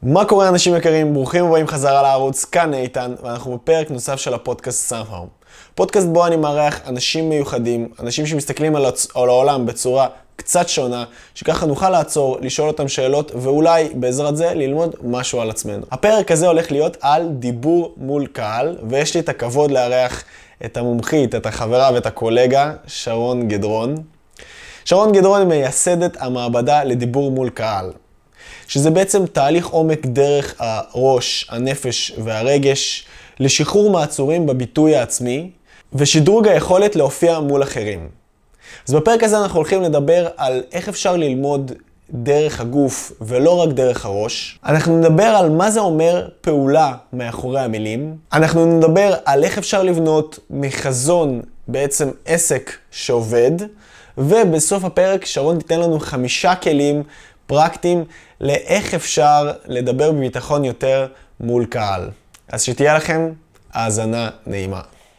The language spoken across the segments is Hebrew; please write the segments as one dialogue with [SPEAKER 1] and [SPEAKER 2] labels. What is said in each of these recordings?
[SPEAKER 1] מה קורה אנשים יקרים? ברוכים הבאים חזרה לערוץ, כאן איתן, ואנחנו בפרק נוסף של הפודקאסט Somehow. פודקאסט בו אני מארח אנשים מיוחדים, אנשים שמסתכלים על העולם בצורה קצת שונה, שככה נוכל לעצור, לשאול אותם שאלות, ואולי בעזרת זה ללמוד משהו על עצמנו. הפרק הזה הולך להיות על דיבור מול קהל, ויש לי את הכבוד לארח את המומחית, את החברה ואת הקולגה, שרון גדרון. שרון גדרון היא מייסדת המעבדה לדיבור מול קהל. שזה בעצם תהליך עומק דרך הראש, הנפש והרגש לשחרור מעצורים בביטוי העצמי ושדרוג היכולת להופיע מול אחרים. אז בפרק הזה אנחנו הולכים לדבר על איך אפשר ללמוד דרך הגוף ולא רק דרך הראש. אנחנו נדבר על מה זה אומר פעולה מאחורי המילים. אנחנו נדבר על איך אפשר לבנות מחזון בעצם עסק שעובד. ובסוף הפרק שרון תיתן לנו 5 כלים פרקטיים לאיך אפשר לדבר בביטחון יותר מול קהל. אז שתהיה לכם האזנה נעימה.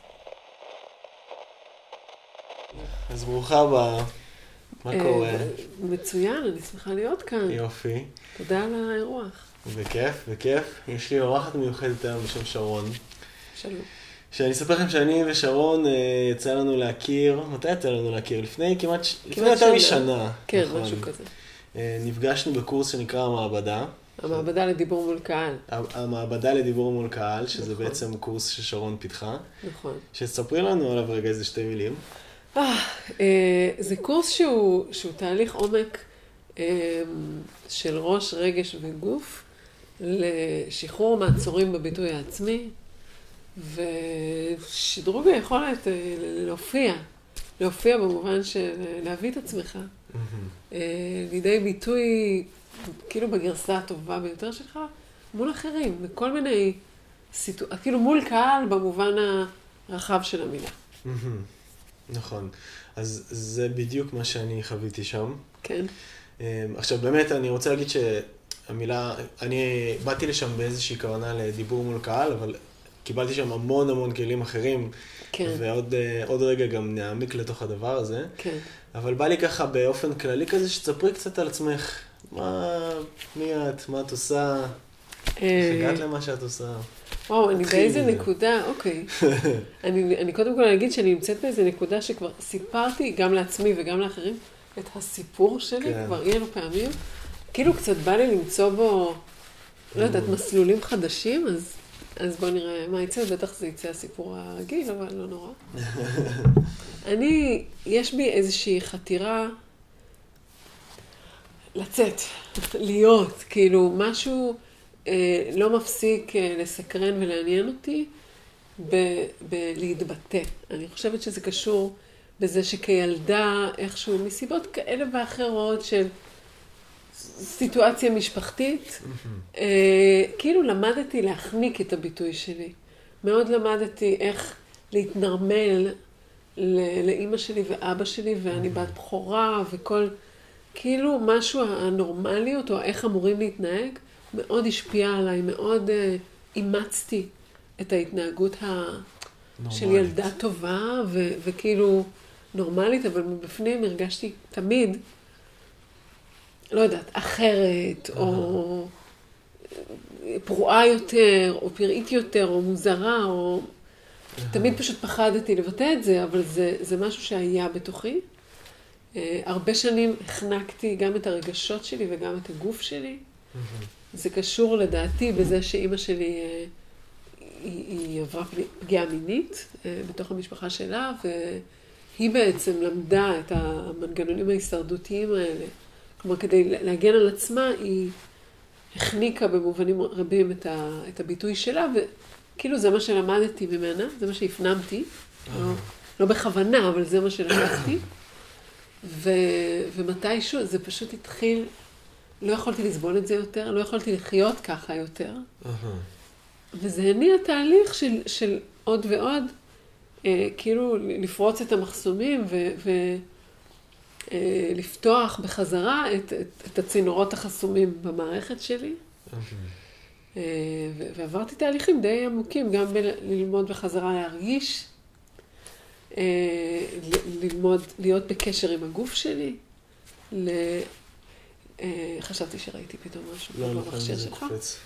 [SPEAKER 1] אז ברוכה הבאה. מה קורה?
[SPEAKER 2] מצוין, אני שמחה להיות כאן.
[SPEAKER 1] יופי.
[SPEAKER 2] תודה על האירוח.
[SPEAKER 1] בכיף. יש לי אורחת מיוחדת היום בשם שרון.
[SPEAKER 2] שלום.
[SPEAKER 1] שאני אספר לכם שאני ושרון יצא לנו להכיר, מתי יצא לנו להכיר? לפני יותר משנה.
[SPEAKER 2] כן, משהו כזה.
[SPEAKER 1] נפגשנו בקורס שנקרא המעבדה.
[SPEAKER 2] המעבדה לדיבור מול קהל.
[SPEAKER 1] המעבדה לדיבור מול קהל, שזה בעצם קורס ששרון פיתחה.
[SPEAKER 2] נכון.
[SPEAKER 1] שתספרי לנו עליו רגע איזה 2 מילים.
[SPEAKER 2] זה קורס שהוא תהליך עומק של ראש, רגש וגוף, לשחרור מעצורים בביטוי העצמי, ושדרוג היכולת להופיע במובן של להביא את עצמך. לידי ביטוי, כאילו בגרסה הטובה ביותר שלך, מול אחרים, בכל מיני כאילו מול קהל במובן הרחב של המילה.
[SPEAKER 1] נכון. אז זה בדיוק מה שאני חוויתי שם.
[SPEAKER 2] כן.
[SPEAKER 1] עכשיו באמת אני רוצה להגיד שהמילה, אני באתי לשם באיזושהי כוונה לדיבור מול קהל, אבל קיבלתי שם המון כלים אחרים. כן. ועוד רגע גם נעמיק לתוך הדבר הזה.
[SPEAKER 2] כן.
[SPEAKER 1] אבל בא לי ככה באופן כללי כזה שתספרי קצת על עצמך. מי את? מה את עושה? איך הגעת למה שאת עושה?
[SPEAKER 2] וואו, אני באיזה נקודה, אוקיי. אני קודם כל אגיד שאני נמצאת באיזה נקודה שכבר סיפרתי גם לעצמי וגם לאחרים את הסיפור שלי, כבר אי אלו פעמים. כאילו קצת בא לי למצוא בו, לא יודעת, מסלולים חדשים, אז בואו נראה מה יצא, בטח זה יצא הסיפור הרגיל, אבל לא נורא. יש בי איזושהי חתירה לצאת, להיות, כאילו משהו לא מפסיק לסקרן ולעניין אותי בלהתבטא. אני חושבת שזה קשור בזה שכילדה איכשהו מסיבות כאלה ואחרות של סיטואציה משפחתית, כאילו למדתי להחניק את הביטוי שלי. מאוד למדתי איך להתנרמל לאמא שלי ואבא שלי, ואני בת בכורה וכל, כאילו משהו הנורמליות או איך אמורים להתנהג, מאוד השפיע עליי, מאוד אימצתי את ההתנהגות של ילדה טובה וכאילו נורמלית, אבל מבפנים הרגשתי תמיד, לא יודעת, אחרת או פרועה יותר או פראית יותר או מוזרה או תמיד פשוט פחדתי לבטא את זה, אבל זה משהו שהיה בתוכי. הרבה שנים החנקתי גם את הרגשות שלי וגם את הגוף שלי. זה קשור לדעתי בזה שאימא שלי היא עברה פגיעה מינית בתוך המשפחה שלה, והיא בעצם למדה את המנגנונים ההישרדותיים האלה. כלומר, כדי להגן על עצמה, היא החניקה במובנים רבים את הביטוי שלה, וכאילו זה מה שלמדתי ממנה, זה מה שהפנמתי, לא בכוונה, אבל זה מה שלמדתי. ומתישהו זה פשוט התחיל, לא יכולתי לסבול את זה יותר, לא יכולתי לחיות ככה יותר. וזה הניע תהליך של עוד ועוד, כאילו לפרוץ את המחסומים ולפתוח בחזרה את הצינורות החסומים במערכת שלי. ועברתי תהליכים די עמוקים, גם ללמוד בחזרה להרגיש, ללמוד להיות בקשר עם הגוף שלי, חשבתי שראיתי פתאום משהו
[SPEAKER 1] לא,
[SPEAKER 2] במכשיר
[SPEAKER 1] זה
[SPEAKER 2] שלך.
[SPEAKER 1] קופץ.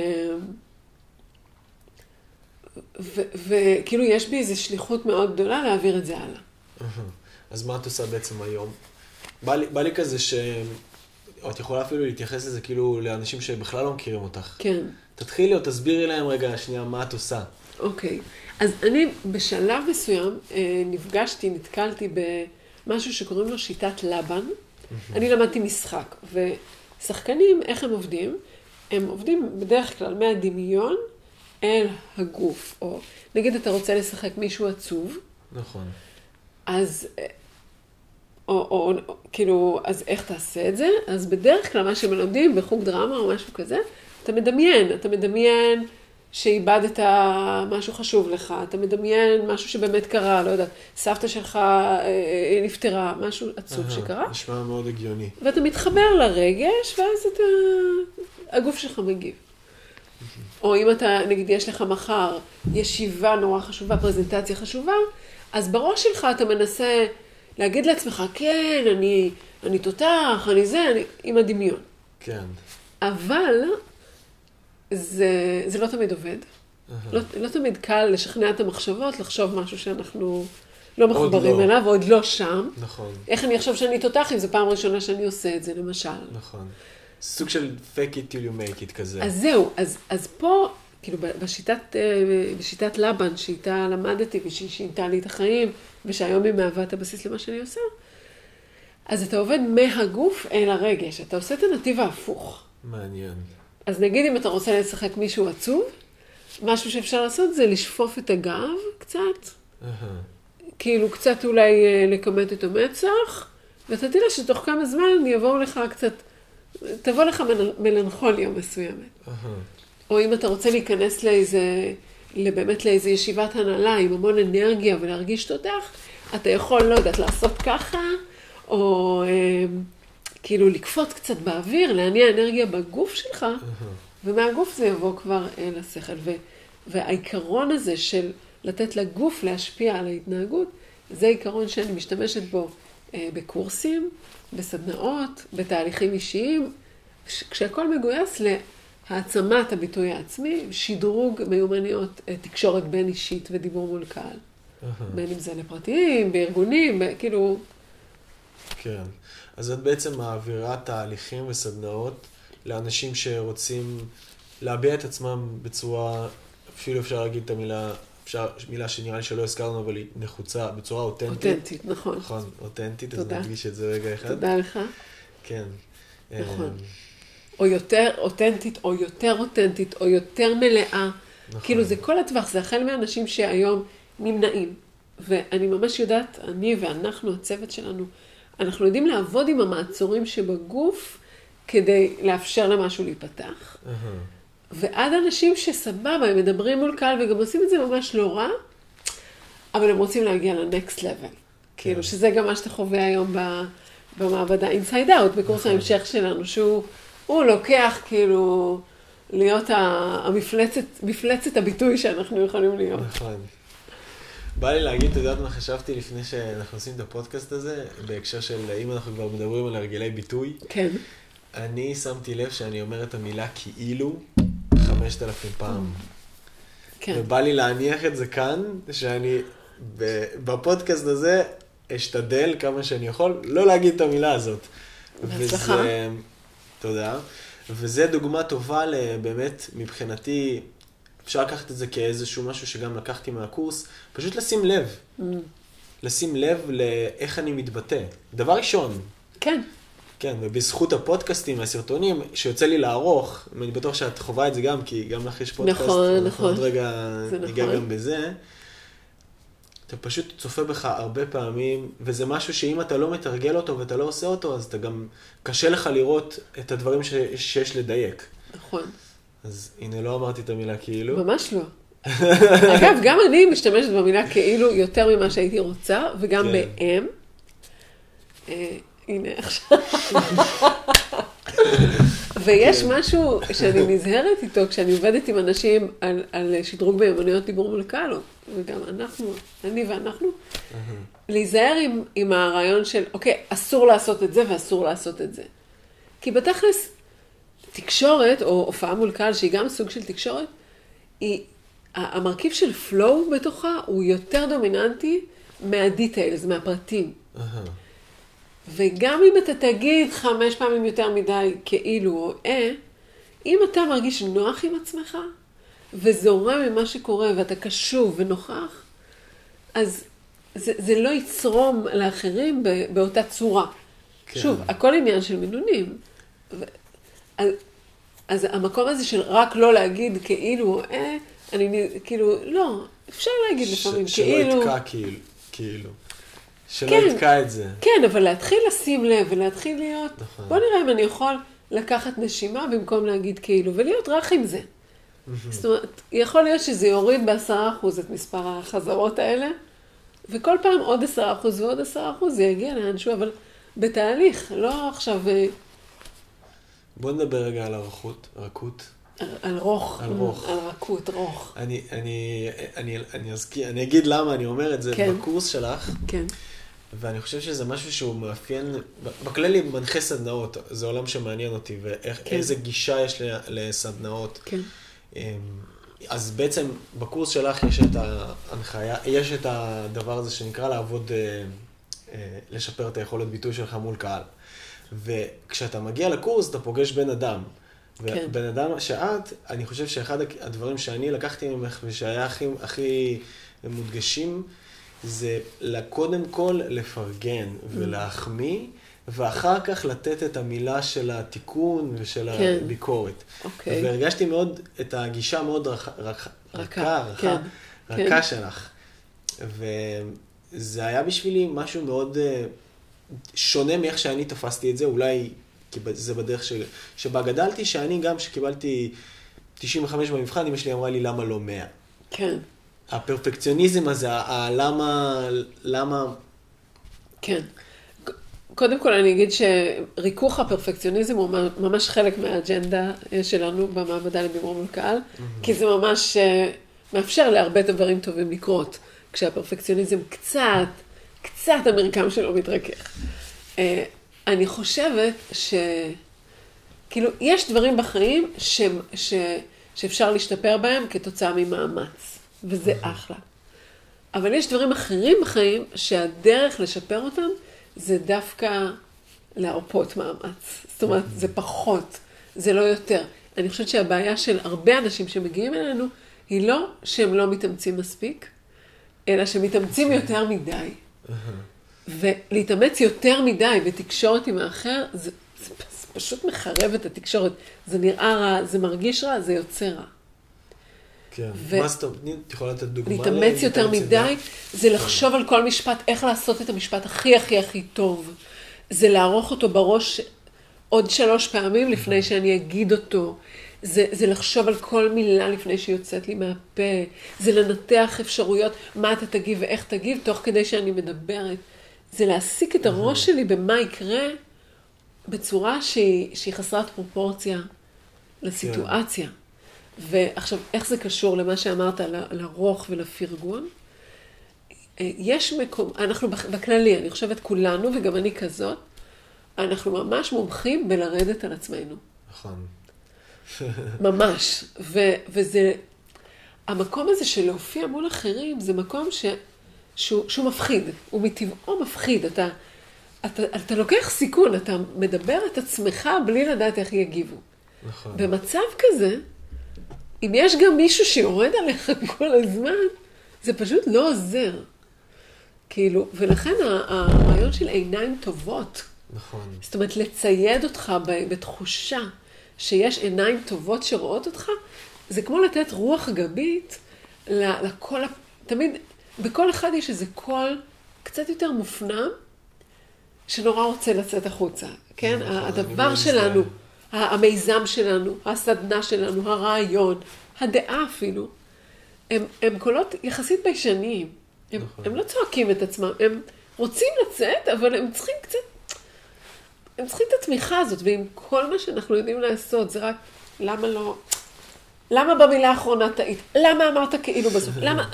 [SPEAKER 2] וכאילו יש בי איזו שליחות מאוד גדולה להעביר את זה הלאה.
[SPEAKER 1] אז מה את עושה בעצם היום? בא לי כזה או את יכולה אפילו להתייחס לזה כאילו לאנשים שבכלל לא מכירים אותך.
[SPEAKER 2] כן.
[SPEAKER 1] תתחילי או תסבירי להם רגע שנייה מה את עושה.
[SPEAKER 2] אוקיי. אז אני בשלב מסוים נתקלתי במשהו שקוראים לו שיטת לבן. אני למדתי משחק, ושחקנים, איך הם עובדים? הם עובדים בדרך כלל מהדמיון אל הגוף. או נגיד אתה רוצה לשחק מישהו עצוב.
[SPEAKER 1] נכון.
[SPEAKER 2] אז כאילו, אז איך תעשה את זה? אז בדרך כלל מה שמלמדים בחוג דרמה או משהו כזה, אתה מדמיין שאיבדת משהו חשוב לך, אתה מדמיין משהו שבאמת קרה, לא יודעת, סבתא שלך נפטרה, משהו עצוב שקרה.
[SPEAKER 1] נשמע מאוד הגיוני.
[SPEAKER 2] ואתה מתחבר לרגש, ואז הגוף שלך מגיב. או אם אתה, נגיד, יש לך מחר ישיבה נורא חשובה, פרזנטציה חשובה, אז בראש שלך אתה מנסה להגיד לעצמך, כן, אני תותח, אני עם הדמיון.
[SPEAKER 1] כן.
[SPEAKER 2] אבל זה לא תמיד עובד. לא תמיד קל לשכנע את המחשבות, לחשוב משהו שאנחנו לא מחוברים אליו, ועוד לא שם.
[SPEAKER 1] נכון.
[SPEAKER 2] איך אני אחשוב שאני תותח אם זו פעם ראשונה שאני עושה את זה, למשל.
[SPEAKER 1] נכון. סוג של fake it till you make it כזה.
[SPEAKER 2] אז זהו, אז פה, כאילו בשיטת לבן, שאיתה למדתי ושהיא שינתה לי את החיים, ושהיום היא מהווה את הבסיס למה שאני עושה, אז אתה עובד מהגוף אל הרגש, אתה עושה את הנתיב ההפוך.
[SPEAKER 1] מעניין.
[SPEAKER 2] אז נגיד אם אתה רוצה לשחק מישהו עצוב, משהו שאפשר לעשות זה לשפוף את הגב קצת, כאילו קצת אולי לקמת את המצח, ואתה תראה שתוך כמה זמן יבואו לך קצת, תבוא לך מלנכוליה מסוימת. או אם אתה רוצה להיכנס באמת לאיזו ישיבת הנהלה עם המון אנרגיה ולהרגיש תותח, אתה יכול, לא יודעת, לעשות ככה, או כאילו לקפוץ קצת באוויר, להניע אנרגיה בגוף שלך, ומהגוף זה יבוא כבר לשכל. והעיקרון הזה של לתת לגוף להשפיע על ההתנהגות, זה עיקרון שאני משתמשת בו בקורסים, בסדנאות, בתהליכים אישיים, כשהכל מגויס להעצמת הביטוי העצמי, שדרוג מיומנויות תקשורת בין אישית ודיבור מול קהל. בין אם זה לפרטיים, בארגונים, כאילו...
[SPEAKER 1] כן. אז את בעצם מעבירה תהליכים וסדנאות לאנשים שרוצים להביע את עצמם בצורה, אפילו אפשר להגיד את מילה שנראה לי שלא הזכרנו, אבל היא נחוצה, בצורה אותנטית.
[SPEAKER 2] אותנטית, נכון.
[SPEAKER 1] נכון, אותנטית, אז
[SPEAKER 2] תודה.
[SPEAKER 1] נדגיש את זה רגע אחד.
[SPEAKER 2] תודה לך.
[SPEAKER 1] כן.
[SPEAKER 2] נכון. או יותר אותנטית, או יותר אותנטית, או יותר מלאה.
[SPEAKER 1] נכון.
[SPEAKER 2] כאילו זה כל הטווח, זה החל מאנשים שהיום נמנעים. ואני ממש יודעת, אני ואנחנו, הצוות שלנו, אנחנו יודעים לעבוד עם המעצורים שבגוף, כדי לאפשר למשהו להיפתח. ועד אנשים שסבבה, הם מדברים מול קהל, וגם עושים את זה ממש לא רע, אבל הם רוצים להגיע ל-next level. כאילו, שזה גם מה שאתה חווה היום במעבדה Inside Out, בקורס ההמשך שלנו, שהוא לוקח כאילו להיות מפלצת הביטוי שאנחנו יכולים להיות.
[SPEAKER 1] נכון. בא לי להגיד, אתה יודעת מה חשבתי לפני שאנחנו עושים את הפודקאסט הזה, בהקשר של אם אנחנו כבר מדברים על הרגלי ביטוי.
[SPEAKER 2] כן.
[SPEAKER 1] אני שמתי לב שאני אומר את המילה כאילו 5,000 פעם.
[SPEAKER 2] כן.
[SPEAKER 1] ובא לי להניח את זה כאן, שאני בפודקאסט הזה אשתדל כמה שאני יכול לא להגיד את המילה הזאת.
[SPEAKER 2] בהצלחה.
[SPEAKER 1] תודה. וזה דוגמה טובה באמת מבחינתי, אפשר לקחת את זה כאיזשהו משהו שגם לקחתי מהקורס, פשוט לשים לב. לשים לב לאיך אני מתבטא. דבר ראשון.
[SPEAKER 2] כן.
[SPEAKER 1] כן, ובזכות הפודקאסטים והסרטונים שיוצא לי לערוך, אני בטוח שאת חווה את זה גם, כי גם לך יש פודקאסט.
[SPEAKER 2] נכון, נכון.
[SPEAKER 1] עוד רגע ניגע גם בזה. אתה פשוט צופה בך הרבה פעמים, וזה משהו שאם אתה לא מתרגל אותו ואתה לא עושה אותו, אז אתה גם קשה לך לראות את הדברים שיש לדייק.
[SPEAKER 2] נכון.
[SPEAKER 1] אז הנה, לא אמרתי את המילה כאילו.
[SPEAKER 2] ממש לא. אגב, גם אני משתמשת במילה כאילו יותר ממה שהייתי רוצה, וגם באם. הנה עכשיו. ויש משהו שאני נזהרת איתו, כשאני עובדת עם אנשים על שדרוג ביומנויות דיבור מול קהל, וגם אנחנו, אני ואנחנו, להיזהר עם הרעיון של, אוקיי, אסור לעשות את זה ואסור לעשות את זה. כי בתכלס, תקשורת, או הופעה מול קהל, שהיא גם סוג של תקשורת, המרכיב של flow בתוכה הוא יותר דומיננטי מהדיטיילס, מהפרטים. וגם אם אתה תגיד 5 פעמים יותר מדי כאילו או אם אתה מרגיש נוח עם עצמך, וזורם ממה שקורה, ואתה קשוב ונוכח, אז זה לא יצרום לאחרים באותה צורה. כן. שוב, הכל עניין של מינונים. אז המקום הזה של רק לא להגיד כאילו, אני כאילו, לא, אפשר להגיד לפעמים כאילו.
[SPEAKER 1] שלא יתקע כאילו. שלא יתקע את זה.
[SPEAKER 2] כן, אבל להתחיל לשים לב ולהתחיל להיות, נכון. בוא נראה אם אני יכול לקחת נשימה במקום להגיד כאילו, ולהיות רך עם זה. זאת אומרת, יכול להיות שזה יוריד ב10% את מספר החזרות האלה, וכל פעם עוד 10% ועוד 10% זה יגיע לאנשהו, אבל בתהליך, לא עכשיו...
[SPEAKER 1] בוא נדבר רגע על רכות.
[SPEAKER 2] על רוך. על רכות, רוך.
[SPEAKER 1] אני אגיד למה אני אומר את זה בקורס שלך.
[SPEAKER 2] כן.
[SPEAKER 1] ואני חושב שזה משהו שהוא מאפיין, בכללי מנחה סדנאות, זה עולם שמעניין אותי, ואיזה גישה יש לסדנאות.
[SPEAKER 2] כן.
[SPEAKER 1] אז בעצם בקורס שלך יש את ההנחיה, יש את הדבר הזה שנקרא לעבוד, לשפר את היכולת ביטוי שלך מול קהל. וכשאתה מגיע לקורס, אתה פוגש בן אדם. ובן אדם שאת, אני חושב שאחד הדברים שאני לקחתי ממך ושהיה הכי מודגשים, זה קודם כל לפרגן ולהחמיא, ואחר כך לתת את המילה של התיקון ושל הביקורת. והרגשתי מאוד את הגישה מאוד רכה שלך. וזה היה בשבילי משהו מאוד שונה מאיך שאני תפסתי את זה, אולי כי זה בדרך שבה גדלתי, שאני גם שקיבלתי 95 במבחן, אמא שלי אמרה לי למה לא 100.
[SPEAKER 2] כן.
[SPEAKER 1] הפרפקציוניזם הזה, למה...
[SPEAKER 2] כן. קודם כל אני אגיד שריכוך הפרפקציוניזם הוא ממש חלק מהאג'נדה שלנו במעבדה לבירור מול קהל, כי זה ממש מאפשר להרבה דברים טובים לקרות, כשהפרפקציוניזם קצת המרקם שלו מתרכך. אני חושבת כאילו, יש דברים בחיים שאפשר להשתפר בהם כתוצאה ממאמץ, וזה אחלה. אבל יש דברים אחרים בחיים שהדרך לשפר אותם זה דווקא להרפות מאמץ. זאת אומרת, זה פחות, זה לא יותר. אני חושבת שהבעיה של הרבה אנשים שמגיעים אלינו היא לא שהם לא מתאמצים מספיק, אלא שמתאמצים יותר מדי. ולהתאמץ יותר מדי בתקשורת עם האחר, זה פשוט מחרב את התקשורת. זה נראה רע, זה מרגיש רע, זה יוצא רע.
[SPEAKER 1] כן. מה זאת אומרת? את יכולה לתת דוגמה?
[SPEAKER 2] להתאמץ יותר מדי, זה לחשוב על כל משפט, איך לעשות את המשפט הכי טוב. זה לערוך אותו בראש עוד 3 פעמים לפני שאני אגיד אותו. זה לחשוב על כל מילה לפני שהיא יוצאת לי מהפה. זה לנתח אפשרויות, מה אתה תגיב ואיך תגיב, תוך כדי שאני מדברת. זה להסיק את הראש שלי במה יקרה בצורה שהיא חסרת פרופורציה לסיטואציה. ועכשיו, איך זה קשור למה שאמרת, לרוך ולפרגון? יש מקום, אנחנו בכללי, אני חושבת כולנו, וגם אני כזאת, אנחנו ממש מומחים בלרדת על עצמנו.
[SPEAKER 1] נכון.
[SPEAKER 2] ממש. וזה, המקום הזה של להופיע מול אחרים, זה מקום שהוא מפחיד, הוא מטבעו מפחיד. אתה לוקח סיכון, אתה מדבר את עצמך בלי לדעת איך יגיבו.
[SPEAKER 1] נכון.
[SPEAKER 2] במצב כזה, אם יש גם מישהו שיורד עליך כל הזמן, זה פשוט לא עוזר. כאילו, ולכן הרעיון של עיניים טובות,
[SPEAKER 1] נכון.
[SPEAKER 2] זאת אומרת, לצייד אותך בתחושה שיש עיניים טובות שרואות אותך, זה כמו לתת רוח גבית לכל, תמיד, בכל אחד יש איזה קול קצת יותר מופנם, שנורא רוצה לצאת החוצה, כן? נכון, הדבר שלנו, המיזם שלנו, הסדנה שלנו, הרעיון, הדעה אפילו, הם קולות יחסית ביישניים. הם לא צועקים את עצמם, הם רוצים לצאת, אבל הם צריכים קצת, הם צריכים את התמיכה הזאת, ועם כל מה שאנחנו יודעים לעשות, זה רק, למה לא, למה במילה האחרונה טעית? למה אמרת כאילו בסוף? למה,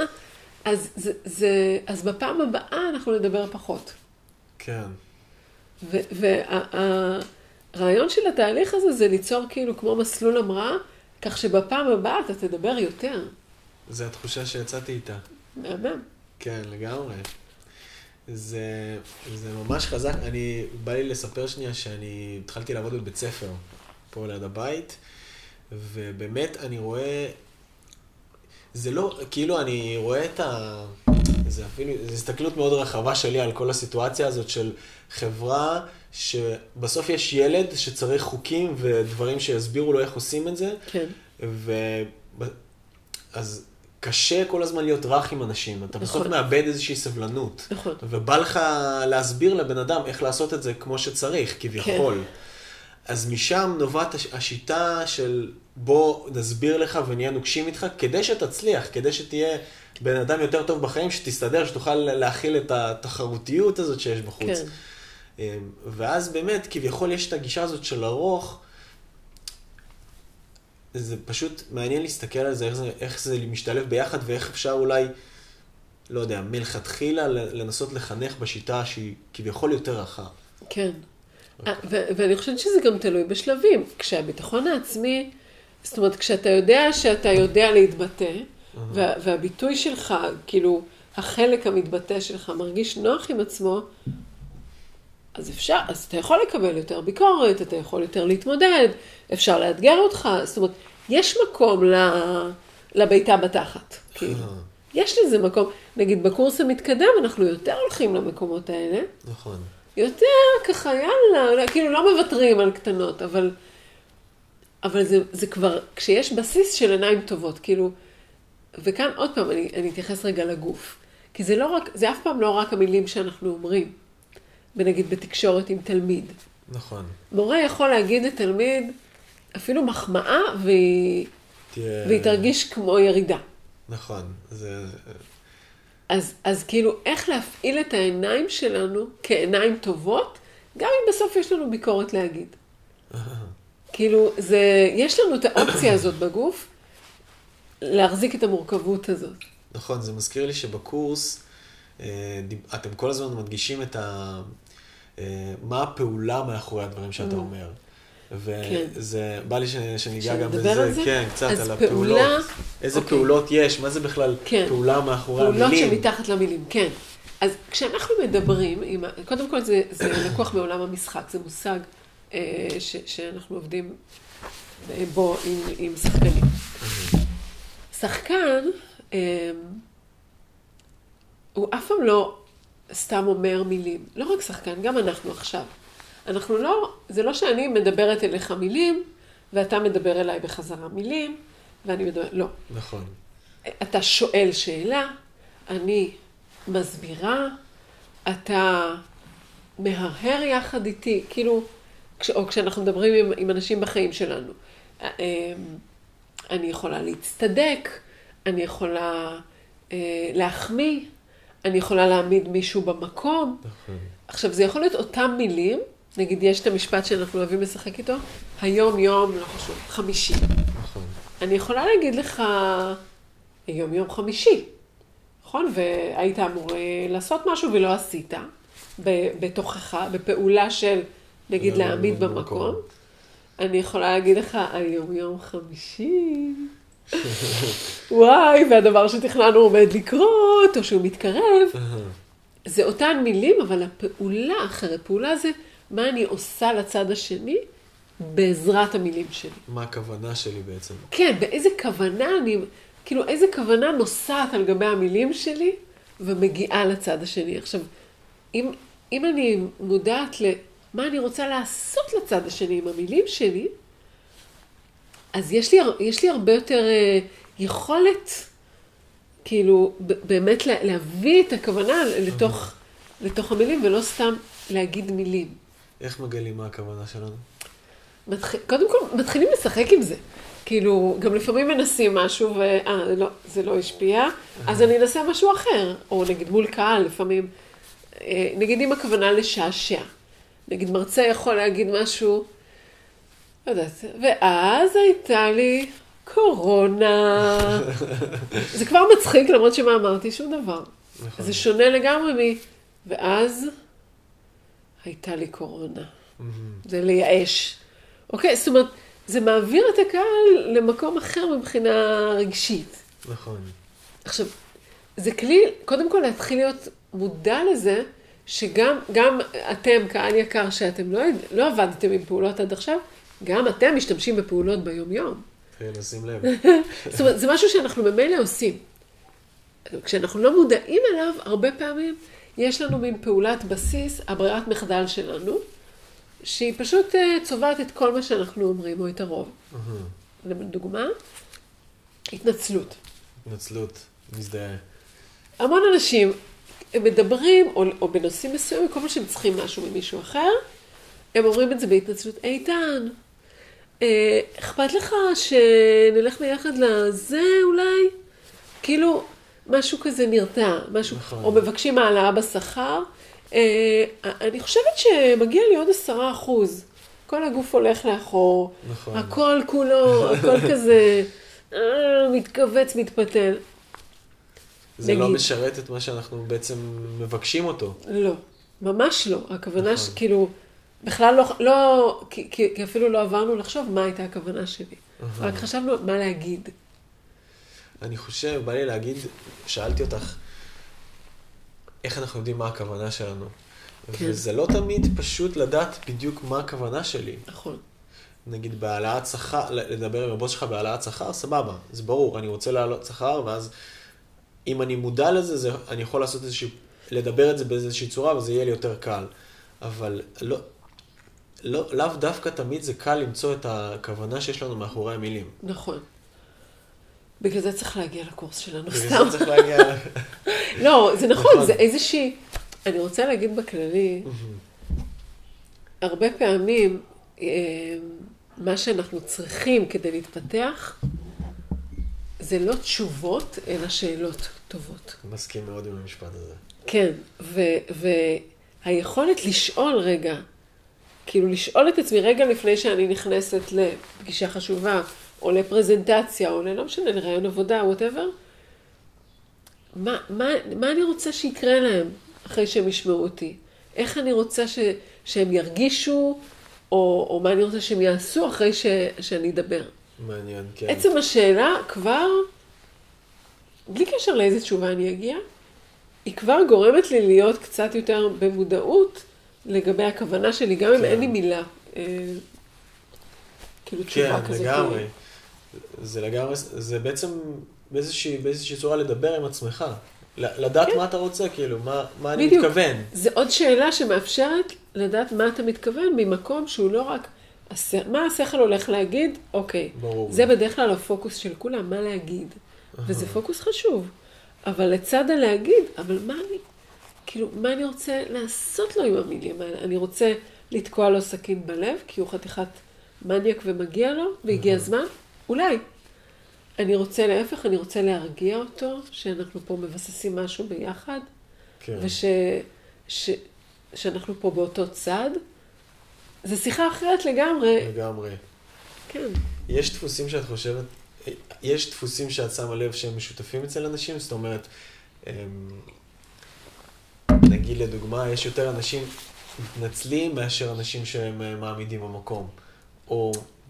[SPEAKER 2] אז בפעם הבאה אנחנו נדבר פחות.
[SPEAKER 1] כן.
[SPEAKER 2] הרעיון של התהליך הזה זה ליצור כאילו כמו מסלול המראה, כך שבפעם הבאה אתה תדבר יותר.
[SPEAKER 1] זו התחושה שיצאתי איתה.
[SPEAKER 2] מהמם.
[SPEAKER 1] כן, לגמרי. זה ממש חזק. בא לי לספר שנייה שאני התחלתי לעבוד בבית ספר, פה ליד הבית, ובאמת אני רואה, זה לא, כאילו אני רואה זה אפילו, זו הסתכלות מאוד רחבה שלי על כל הסיטואציה הזאת של חברה שבסוף יש ילד שצריך חוקים ודברים שיסבירו לו איך עושים את זה.
[SPEAKER 2] כן.
[SPEAKER 1] אז קשה כל הזמן להיות רך עם אנשים. אתה בסוף מאבד איזושהי סבלנות.
[SPEAKER 2] נכון.
[SPEAKER 1] ובא לך להסביר לבן אדם איך לעשות את זה כמו שצריך, כביכול. אז משם נובעת השיטה של בוא נסביר לך ונהיה נוקשים איתך, כדי שתצליח, כדי שתהיה בן אדם יותר טוב בחיים, שתסתדר, שתוכל להכיל את התחרותיות הזאת שיש בחוץ. כן. ואז באמת, כביכול יש את הגישה הזאת של ארוך, זה פשוט מעניין להסתכל על זה, איך זה משתלב ביחד, ואיך אפשר אולי, לא יודע, מלכתחילה לנסות לחנך בשיטה שהיא כביכול יותר רכה.
[SPEAKER 2] כן. ואני חושבת שזה גם תלוי בשלבים. כשהביטחון העצמי, זאת אומרת, כשאתה יודע שאתה יודע להתבטא, והביטוי שלך, כאילו, החלק המתבטא שלך מרגיש נוח עם עצמו, אז אפשר, אז אתה יכול לקבל יותר ביקורת, אתה יכול יותר להתמודד, אפשר לאתגר אותך, זאת אומרת, יש מקום לביתה בתחת, כאילו. יש לזה מקום. נגיד, בקורס המתקדם אנחנו יותר הולכים למקומות האלה.
[SPEAKER 1] נכון.
[SPEAKER 2] יותר ככה, יאללה, כאילו לא מוותרים על קטנות, אבל זה כבר, כשיש בסיס של עיניים טובות, כאילו, וכאן עוד פעם אני אתייחס רגע לגוף. כי זה לא רק, זה אף פעם לא רק המילים שאנחנו אומרים. ונגיד בתקשורת עם תלמיד.
[SPEAKER 1] נכון.
[SPEAKER 2] מורה יכול להגיד לתלמיד אפילו מחמאה והיא תרגיש כמו ירידה.
[SPEAKER 1] נכון.
[SPEAKER 2] אז כאילו איך להפעיל את העיניים שלנו כעיניים טובות, גם אם בסוף יש לנו ביקורת להגיד. כאילו יש לנו את האופציה הזאת בגוף, להחזיק את המורכבות הזאת.
[SPEAKER 1] נכון, זה מזכיר לי שבקורס, אתם כל הזמן מדגישים את מה הפעולה מאחורי הדברים שאתה אומר. וזה בא לי שניגע גם בזה, כן, קצת על הפעולות. איזה פעולות יש, מה זה בכלל פעולה מאחורי המילים?
[SPEAKER 2] פעולות שמתחת למילים, כן. אז כשאנחנו מדברים, קודם כל זה לקוח מעולם המשחק, זה מושג שאנחנו עובדים בו עם שחקנים. שחקן, הוא אף פעם לא סתם אומר מילים. לא רק שחקן, גם אנחנו עכשיו. אנחנו לא, זה לא שאני מדברת אליך מילים, ואתה מדבר אליי בחזרה מילים, ואני מדבר, לא.
[SPEAKER 1] נכון.
[SPEAKER 2] אתה שואל שאלה, אני מסבירה, אתה מהרהר יחד איתי, כאילו, או כשאנחנו מדברים עם אנשים בחיים שלנו. אני יכולה להצטדק, אני יכולה להחמיא, אני יכולה להעמיד מישהו במקום.
[SPEAKER 1] נכון. עכשיו,
[SPEAKER 2] זה יכול להיות אותם מילים, נגיד יש את המשפט שאנחנו אוהבים לשחק איתו, היום יום, לא חשוב, חמישי.
[SPEAKER 1] נכון.
[SPEAKER 2] אני יכולה להגיד לך, היום יום חמישי, נכון? והיית אמור לעשות משהו ולא עשית, בתוכך, בפעולה של, נגיד, להעמיד במקום. אני יכולה להגיד לך, היום יום חמישי, וואי, והדבר שתכננו עומד לקרות, או שהוא מתקרב. זה אותן מילים, אבל הפעולה אחרת, פעולה זה מה אני עושה לצד השני בעזרת המילים שלי.
[SPEAKER 1] מה הכוונה שלי בעצם?
[SPEAKER 2] כן, באיזה כוונה כאילו איזה כוונה נוסעת על גבי המילים שלי ומגיעה לצד השני. עכשיו, אם אני מודעת למה אני רוצה לעשות לצד השני עם המילים שלי, אז יש לי הרבה יותר יכולת, כאילו, באמת להביא את הכוונה לתוך המילים, ולא סתם להגיד מילים.
[SPEAKER 1] איך מגלים מה הכוונה שלנו?
[SPEAKER 2] קודם כל, מתחילים לשחק עם זה. כאילו, גם לפעמים מנסים משהו, זה לא השפיע, אז אני אנסה משהו אחר. או נגיד מול קהל, לפעמים, נגיד עם הכוונה לשעשע. נגיד מרצה יכול להגיד משהו, לא יודעת, ואז הייתה לי קורונה. זה כבר מצחיק, למרות שמה אמרתי, שום דבר. זה שונה לגמרי ואז הייתה לי קורונה. זה לייאש. אוקיי? זאת אומרת, זה מעביר את הקהל למקום אחר מבחינה רגשית.
[SPEAKER 1] נכון.
[SPEAKER 2] עכשיו, זה כלי, קודם כל להתחיל להיות מודע לזה, שגם אתם, קהל יקר, שאתם לא עבדתם עם פעולות עד עכשיו, גם אתם משתמשים בפעולות ביום-יום.
[SPEAKER 1] כן, נשים לב.
[SPEAKER 2] זאת אומרת, זה משהו שאנחנו ממילא עושים. כשאנחנו לא מודעים אליו, הרבה פעמים יש לנו מין פעולת בסיס, הברירת מחדל שלנו, שהיא פשוט צובעת את כל מה שאנחנו אומרים, או את הרוב. לדוגמה, התנצלות.
[SPEAKER 1] התנצלות, מזדהה.
[SPEAKER 2] המון אנשים מדברים, או בנושאים מסוימים, כל מה שהם צריכים משהו ממישהו אחר, הם אומרים את זה בהתנצלות. איתן, אכפת לך שנלך ביחד לזה אולי? כאילו, משהו כזה נרתע, משהו,
[SPEAKER 1] נכון.
[SPEAKER 2] או מבקשים העלאה בשכר. אני חושבת שמגיע לי עוד 10%. כל הגוף הולך לאחור.
[SPEAKER 1] נכון.
[SPEAKER 2] הכל כולו, הכל כזה, מתכווץ, מתפתל.
[SPEAKER 1] זה
[SPEAKER 2] נגיד.
[SPEAKER 1] לא משרת את מה שאנחנו בעצם מבקשים אותו.
[SPEAKER 2] לא, ממש לא. הכוונה שכאילו, בכלל לא כי אפילו לא עברנו לחשוב מה הייתה הכוונה שלי. רק חשבנו מה להגיד.
[SPEAKER 1] אני חושב, בא לי להגיד, שאלתי אותך, איך אנחנו יודעים מה הכוונה שלנו.
[SPEAKER 2] כן.
[SPEAKER 1] וזה לא תמיד פשוט לדעת בדיוק מה הכוונה שלי.
[SPEAKER 2] נכון.
[SPEAKER 1] נגיד בהעלאת שכר, לדבר עם הבוס שלך בהעלאת שכר, סבבה. זה ברור, אני רוצה להעלות שכר, ואז אם אני מודע לזה, אני יכול לעשות לדבר את זה באיזושהי צורה, וזה יהיה לי יותר קל. אבל לאו דווקא תמיד זה קל למצוא את הכוונה שיש לנו מאחורי המילים.
[SPEAKER 2] נכון. בגלל זה צריך להגיע לקורס שלנו, סתם.
[SPEAKER 1] בגלל זה צריך להגיע...
[SPEAKER 2] לא, זה נכון, זה איזושהי... אני רוצה להגיד בכללי, הרבה פעמים, מה שאנחנו צריכים כדי להתפתח, זה לא תשובות, אלא שאלות טובות.
[SPEAKER 1] אני מסכים מאוד עם המשפט הזה.
[SPEAKER 2] כן, והיכולת לשאול רגע, כאילו לשאול את עצמי רגע לפני שאני נכנסת לפגישה חשובה, או לפרזנטציה, או לא משנה, לרעיון עבודה, whatever, מה אני רוצה שיקרה להם אחרי שהם ישמעו אותי? איך אני רוצה שהם ירגישו, או מה אני רוצה שהם יעשו אחרי שאני אדבר?
[SPEAKER 1] מעניין, כן.
[SPEAKER 2] עצם השאלה כבר, בלי קשר לאיזה תשובה אני אגיע, היא כבר גורמת לי להיות קצת יותר במודעות לגבי הכוונה שלי, גם אם אין לי מילה. כאילו תשובה כזאת.
[SPEAKER 1] כן, לגמרי. זה לגמרי, זה בעצם באיזושהי צורה לדבר עם עצמך. לדעת מה אתה רוצה, כאילו, מה אני מתכוון.
[SPEAKER 2] זה עוד שאלה שמאפשרת לדעת מה אתה מתכוון, ממקום שהוא לא רק, מה השכל הולך להגיד? אוקיי.
[SPEAKER 1] ברור.
[SPEAKER 2] זה בדרך כלל הפוקוס של כולם, מה להגיד. וזה פוקוס חשוב. אבל לצד הלהגיד, אבל מה אני רוצה לעשות לו עם המילים האלה? אני רוצה לתקוע לו סכין בלב, כי הוא חתיכת מניאק ומגיע לו, והגיע הזמן? אולי. אני רוצה להפך, אני רוצה להרגיע אותו, שאנחנו פה מבססים משהו ביחד,
[SPEAKER 1] כן.
[SPEAKER 2] שאנחנו פה באותו צד. זו שיחה אחרת לגמרי.
[SPEAKER 1] לגמרי.
[SPEAKER 2] כן.
[SPEAKER 1] יש דפוסים שאת חושבת, יש דפוסים שאת שמה לב שהם משותפים אצל אנשים? זאת אומרת, נגיד לדוגמה, יש יותר אנשים מתנצלים מאשר אנשים שהם מעמידים במקום. או...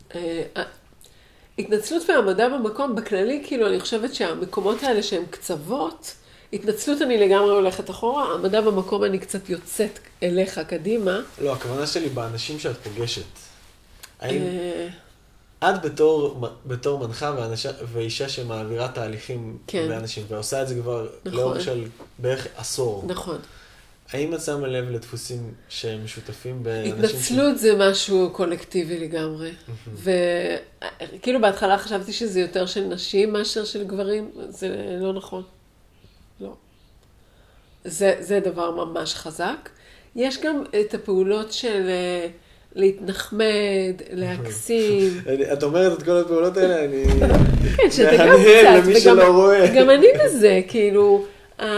[SPEAKER 2] התנצלות והעמדה במקום, בכללי, כאילו, אני חושבת שהמקומות האלה שהם קצוות, התנצלות אני לגמרי הולכת אחורה, העמדה במקום אני קצת יוצאת אליך קדימה.
[SPEAKER 1] לא, הכוונה שלי באנשים שאת פוגשת. האם את בתור מנחה ואישה שמעבירה תהליכים באנשים, ועושה את זה כבר לאורך של בערך עשור.
[SPEAKER 2] נכון.
[SPEAKER 1] האם את שמה לב לדפוסים שהם משותפים באנשים?
[SPEAKER 2] התנצלות זה משהו קולקטיבי לגמרי. וכאילו בהתחלה חשבתי שזה יותר של נשים מאשר של גברים, זה לא נכון. לא. זה דבר ממש חזק. יש גם את הפעולות של להתנחמד, להקסים.
[SPEAKER 1] את אומרת את כל הפעולות האלה, אני...
[SPEAKER 2] כן, שאתה גם קצת.
[SPEAKER 1] למי שלא רואה.
[SPEAKER 2] גם אני בזה, כאילו...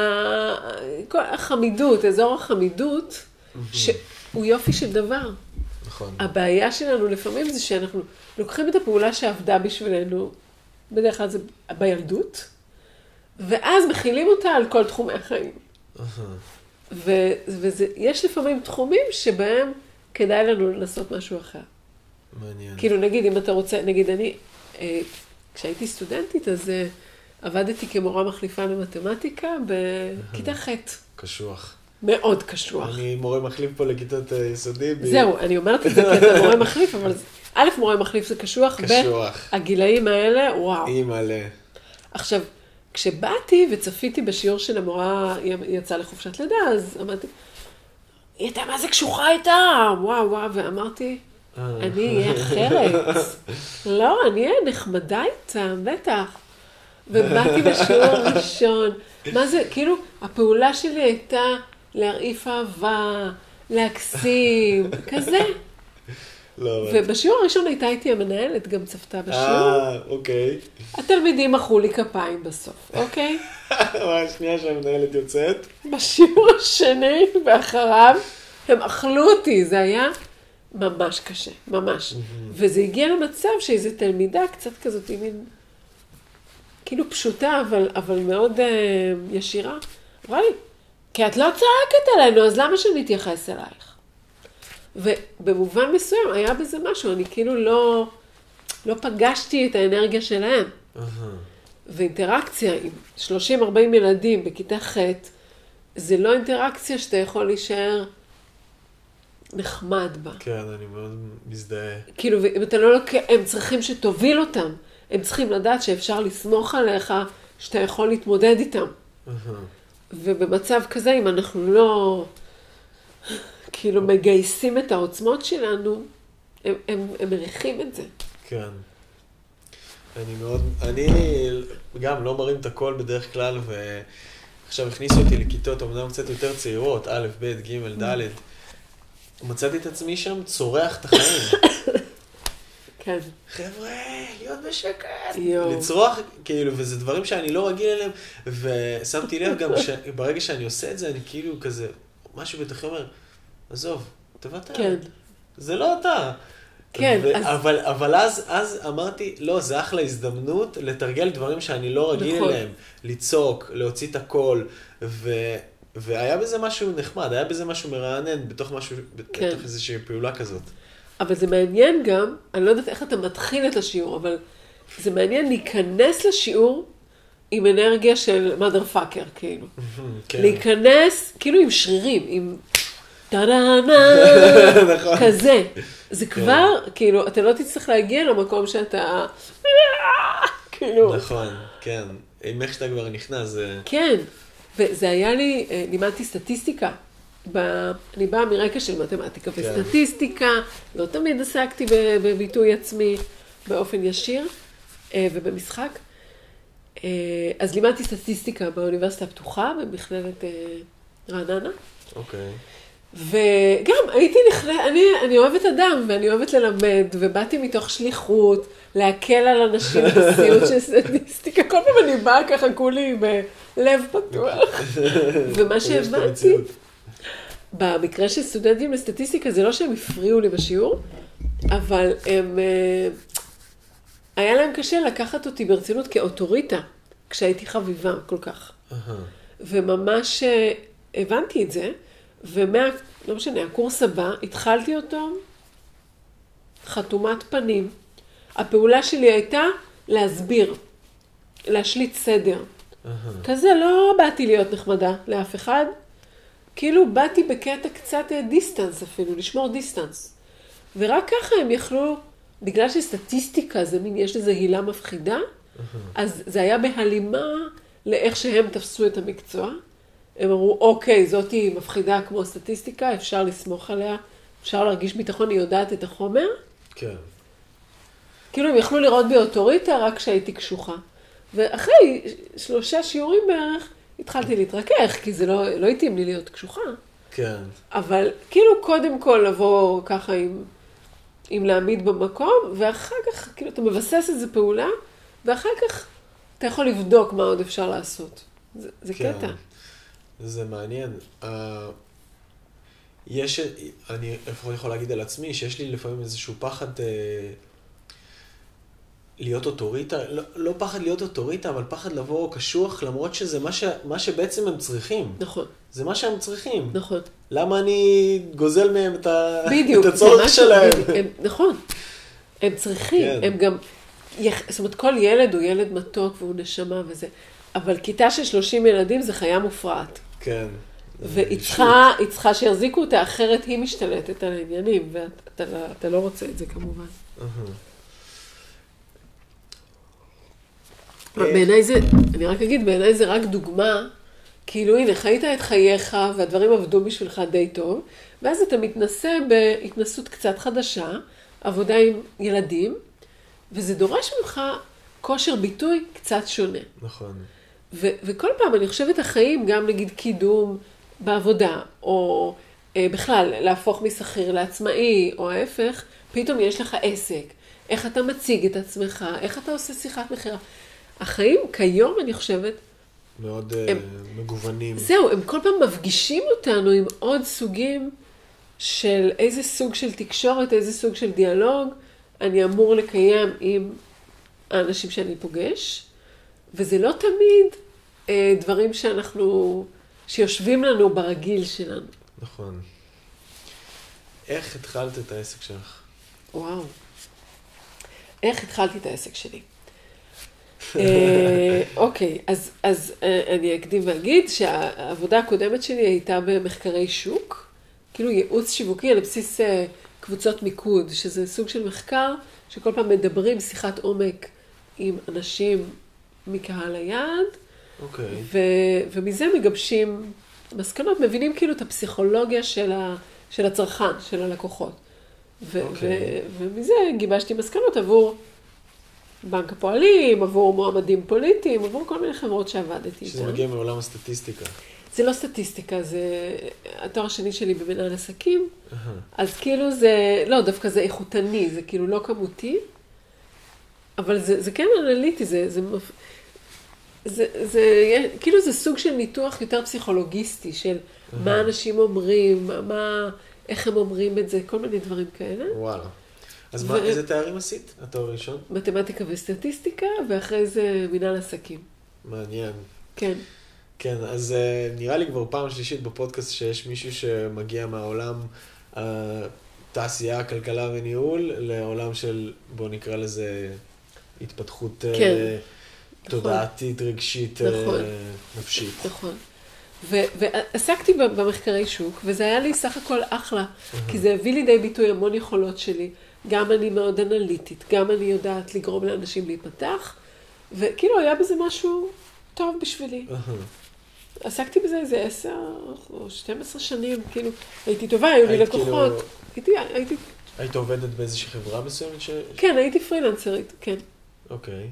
[SPEAKER 2] החמידות, אזור החמידות, שהוא יופי של דבר.
[SPEAKER 1] נכון.
[SPEAKER 2] הבעיה שלנו לפעמים זה שאנחנו לוקחים את הפעולה שעבדה בשבילנו, בדרך כלל זה בילדות, ואז מכילים אותה על כל תחומי החיים. ויש לפעמים תחומים שבהם כדאי לנו לנסות משהו אחר.
[SPEAKER 1] מעניין.
[SPEAKER 2] כאילו, נגיד, אם אתה רוצה, נגיד, אני, כשהייתי סטודנטית, אז עבדתי כמורה מחליפה למתמטיקה בכיתה ח'.
[SPEAKER 1] קשוח.
[SPEAKER 2] מאוד קשוח.
[SPEAKER 1] אני מורה מחליף פה לכיתות יסודי.
[SPEAKER 2] זהו, אני אומרת את זה כי אתה מורה מחליף, אבל א', מורה מחליף זה קשוח,
[SPEAKER 1] קשוח.
[SPEAKER 2] הגילאים האלה, וואו.
[SPEAKER 1] מלא.
[SPEAKER 2] עכשיו, כשבאתי וצפיתי בשיעור של המורה, היא יצאה לחופשת לידה, אז אמרתי, היא הייתה, מה זה קשוחה הייתה? וואו, וואו, ואמרתי, אני אהיה אחרת. לא, אני אהיה נחמדה איתה, בטח. ובאתי בשיעור הראשון. מה זה, כאילו, הפעולה שלי הייתה להרעיף אהבה, להקסים, כזה.
[SPEAKER 1] לא,
[SPEAKER 2] ובשיעור הראשון הייתה איתי המנהלת, גם צפתה בשיעור.
[SPEAKER 1] אוקיי.
[SPEAKER 2] התלמידים מחאו לי כפיים בסוף, אוקיי?
[SPEAKER 1] השנייה שהמנהלת יוצאת.
[SPEAKER 2] בשיעור השני ואחריו, הם אכלו אותי, זה היה ממש קשה, ממש. וזה הגיע למצב שאיזו תלמידה קצת כזאת, מין, כאילו פשוטה, אבל מאוד ישירה. אמרה לי, כי את לא צועקת עלינו, אז למה שנתייחס אלייך? ובמובן מסוים היה בזה משהו, אני כאילו לא פגשתי את האנרגיה שלהם. ואינטראקציה עם 30-40 ילדים בכיתה ח' זה לא אינטראקציה שאתה יכול להישאר נחמד בה.
[SPEAKER 1] כן, אני מאוד מזדהה.
[SPEAKER 2] כאילו, אם אתה לא לוקח, הם צריכים שתוביל אותם. הם צריכים לדעת שאפשר לסמוך עליך, שאתה יכול להתמודד איתם. ובמצב כזה, אם אנחנו לא כאילו מגייסים את העוצמות שלנו, הם מריחים את זה.
[SPEAKER 1] כן. אני גם לא מרים את הכל בדרך כלל, ועכשיו הכניסו אותי לכיתות, אמנם קצת יותר צעירות, א', ב', ג', ד', מצאתי את עצמי שם צורח את החיים.
[SPEAKER 2] כן.
[SPEAKER 1] חבר'ה, להיות בשקט.
[SPEAKER 2] יו.
[SPEAKER 1] לצרוח, כאילו, וזה דברים שאני לא רגיל אליהם, ושמתי לב גם שברגע שאני עושה את זה, אני כאילו כזה, משהו בתוכי אומר, עזוב, תוותר.
[SPEAKER 2] כן.
[SPEAKER 1] זה לא אתה.
[SPEAKER 2] כן.
[SPEAKER 1] אבל אז אמרתי, לא, זה אחלה הזדמנות לתרגל דברים שאני לא רגיל
[SPEAKER 2] נכון.
[SPEAKER 1] אליהם. לצעוק, להוציא את הכל, והיה בזה משהו נחמד, היה בזה משהו מרענן, בתוך איזושהי פעולה כזאת.
[SPEAKER 2] אבל זה מעניין גם, אני לא יודעת איך אתה מתחיל את השיעור, אבל זה מעניין להיכנס לשיעור עם אנרגיה של mother fucker, כאילו.
[SPEAKER 1] כן.
[SPEAKER 2] להיכנס, כאילו עם שרירים, עם טה-דה-נה,
[SPEAKER 1] נכון.
[SPEAKER 2] כזה. זה כבר, כאילו, אתה לא תצטרך להגיע למקום שאתה, כאילו.
[SPEAKER 1] נכון, כן. עם איך שאתה כבר נכנס, זה...
[SPEAKER 2] כן, וזה היה לי, לימדתי סטטיסטיקה. אני באה מרקע של מתמטיקה וסטטיסטיקה, לא תמיד עסקתי בביטוי עצמי באופן ישיר ובמשחק. אז לימדתי סטטיסטיקה באוניברסיטה הפתוחה, במכללת רעננה.
[SPEAKER 1] אוקיי.
[SPEAKER 2] וגם הייתי אני אוהבת אדם ואני אוהבת ללמד, ובאתי מתוך שליחות להקל על אנשים בסיוט של סטטיסטיקה. כל פעם אני באה ככה כולי בלב פתוח. ומה שהבנתי, במקרה של סטודנטים לסטטיסטיקה, זה לא שהם הפריעו לי בשיעור, אבל היה להם קשה לקחת אותי ברצינות כאוטוריטה, כשהייתי חביבה כל כך. וממש הבנתי את זה, לא משנה, הקורס הבא, התחלתי אותו חתומת פנים. הפעולה שלי הייתה להסביר, להשליט סדר. כזה לא באתי להיות נחמדה לאף אחד, כאילו באתי בקטע קצת דיסטנס אפילו, לשמור דיסטנס. ורק ככה הם יכלו, בגלל שסטטיסטיקה זה מין, יש לזה הילה מפחידה, אז זה היה בהלימה לאיך שהם תפסו את המקצוע. הם אמרו, אוקיי, זאת היא מפחידה כמו סטטיסטיקה, אפשר לסמוך עליה, אפשר להרגיש ביטחון, היא יודעת את החומר. כן. כאילו הם יכלו לראות בי אוטוריטה רק כשהייתי קשוחה. ואחרי 3 שיעורים בערך, התחלתי להתרכך, כי זה לא התאים לי להיות קשוחה.
[SPEAKER 1] כן.
[SPEAKER 2] אבל כאילו קודם כל לבוא ככה עם להעמיד במקום, ואחר כך כאילו אתה מבסס איזו פעולה, ואחר כך אתה יכול לבדוק מה עוד אפשר לעשות. זה
[SPEAKER 1] כן.
[SPEAKER 2] קטע.
[SPEAKER 1] זה מעניין. אני יכול להגיד על עצמי שיש לי לפעמים איזשהו פחד להיות אוטוריטה, לא פחד להיות אוטוריטה, אבל פחד לבוא קשוח, למרות שזה מה שבעצם הם צריכים.
[SPEAKER 2] נכון.
[SPEAKER 1] זה מה שהם צריכים.
[SPEAKER 2] נכון.
[SPEAKER 1] למה אני גוזל מהם את
[SPEAKER 2] בדיוק,
[SPEAKER 1] הצורך שלהם?
[SPEAKER 2] נכון. הם צריכים, הם גם, זאת אומרת, כל ילד הוא ילד מתוק והוא נשמה וזה, אבל כיתה של 30 ילדים זה חיה מופרעת.
[SPEAKER 1] כן.
[SPEAKER 2] והיא צריכה שיחזיקו אותה, אחרת היא משתלטת על העניינים, ואתה לא רוצה את זה כמובן. בעיניי זה, אני רק אגיד, בעיניי זה רק דוגמה, כאילו הנה, חיית את חייך והדברים עבדו בשבילך די טוב, ואז אתה מתנסה בהתנסות קצת חדשה, עבודה עם ילדים, וזה דורש ממך כושר ביטוי קצת שונה.
[SPEAKER 1] נכון.
[SPEAKER 2] וכל פעם אני חושבת החיים, גם נגיד קידום בעבודה, או בכלל להפוך משכיר לעצמאי, או ההפך, פתאום יש לך עסק, איך אתה מציג את עצמך, איך אתה עושה שיחת מחירה. החיים כיום, אני חושבת,
[SPEAKER 1] מאוד מגוונים.
[SPEAKER 2] זהו, הם כל פעם מפגישים אותנו עם עוד סוגים של איזה סוג של תקשורת, איזה סוג של דיאלוג אני אמור לקיים עם האנשים שאני פוגש, וזה לא תמיד דברים שיושבים לנו ברגיל שלנו.
[SPEAKER 1] נכון. איך התחלת את העסק שלך?
[SPEAKER 2] וואו. איך התחלתי את העסק שלי? אוקיי, אז אני אקדים ואגיד שהעבודה הקודמת שלי הייתה במחקרי שוק, כאילו ייעוץ שיווקי על בסיס קבוצות מיקוד, שזה סוג של מחקר שכל פעם מדברים שיחת עומק עם אנשים מקהל היעד, ומזה מגבשים מסקנות, מבינים כאילו את הפסיכולוגיה של הצרכן, של הלקוחות. ומזה גיבשתי מסקנות עבור בנק הפועלים, עבור מועמדים פוליטיים, עבור כל מיני חברות שעבדתי איתן.
[SPEAKER 1] שזה מגיע מעולם הסטטיסטיקה.
[SPEAKER 2] זה לא סטטיסטיקה, זה התואר השני שלי במנהל עסקים, אז כאילו זה, לא, דווקא זה איכותני, זה כאילו לא כמותי, אבל זה כן אנליטי, כאילו זה סוג של ניתוח יותר פסיכולוגיסטי, של מה אנשים אומרים, איך הם אומרים את זה, כל מיני דברים כאלה.
[SPEAKER 1] וואלה. אז איזה תארים עשית? התואר הראשון?
[SPEAKER 2] מתמטיקה וסטטיסטיקה, ואחרי זה מנהל עסקים.
[SPEAKER 1] מעניין.
[SPEAKER 2] כן.
[SPEAKER 1] כן, אז נראה לי כבר פעם שלישית בפודקאסט שיש מישהו שמגיע מהעולם תעשייה, כלכלה וניהול, לעולם של, בוא נקרא לזה, התפתחות תודעתית, רגשית, נפשית.
[SPEAKER 2] נכון. ועסקתי במחקרי שוק, וזה היה לי סך הכל אחלה, כי זה הביא לידי ביטוי המון יכולות שלי. גם אני מאוד אנליטית, גם אני יודעת לגרום לאנשים להיפתח, וכאילו היה בזה משהו טוב בשבילי. עסקתי בזה איזה 10 או 12 שנים, כאילו, הייתי טובה, היו לי לקוחות.
[SPEAKER 1] היית עובדת באיזושהי חברה מסוימת?
[SPEAKER 2] כן, הייתי פרילנסרית, כן.
[SPEAKER 1] אוקיי.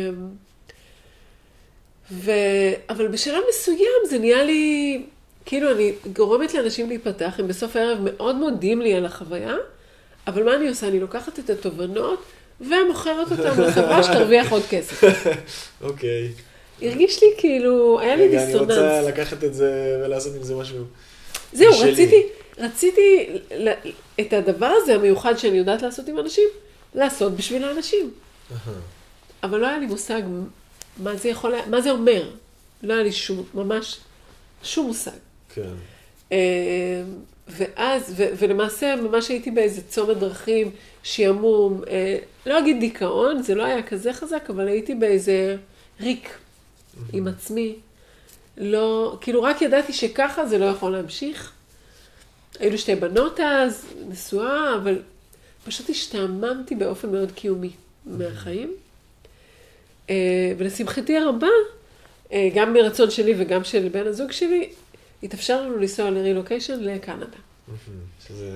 [SPEAKER 2] אבל בשלב מסוים זה נהיה לי, כאילו אני גורמת לאנשים להיפתח, הם בסוף הערב מאוד מודים לי על החוויה, אבל מה אני עושה? אני לוקחת את התובנות ומוכרת אותם לחברה שתרוויח עוד כסף.
[SPEAKER 1] אוקיי.
[SPEAKER 2] הרגיש לי כאילו, היה לי דיסוננס.
[SPEAKER 1] אני רוצה לקחת את זה ולעשות עם זה משהו.
[SPEAKER 2] זהו, רציתי את הדבר הזה המיוחד שאני יודעת לעשות עם אנשים, לעשות בשביל האנשים. אבל לא היה לי מושג מה זה אומר. לא היה לי ממש שום מושג.
[SPEAKER 1] כן.
[SPEAKER 2] ואז, ולמעשה ממש הייתי באיזה צומת דרכים, שימום, לא אגיד דיכאון, זה לא היה כזה חזק, אבל הייתי באיזה ריק עם עצמי. לא, כאילו רק ידעתי שככה זה לא יכול להמשיך. היו לי 2 בנות אז, נשואה, אבל פשוט השתעממתי באופן מאוד קיומי מהחיים. ולשמחתי הרבה, גם מרצון שלי וגם של בן הזוג שלי, התאפשר לנו לנסוע לרילוקיישן לקנדה.
[SPEAKER 1] שזה...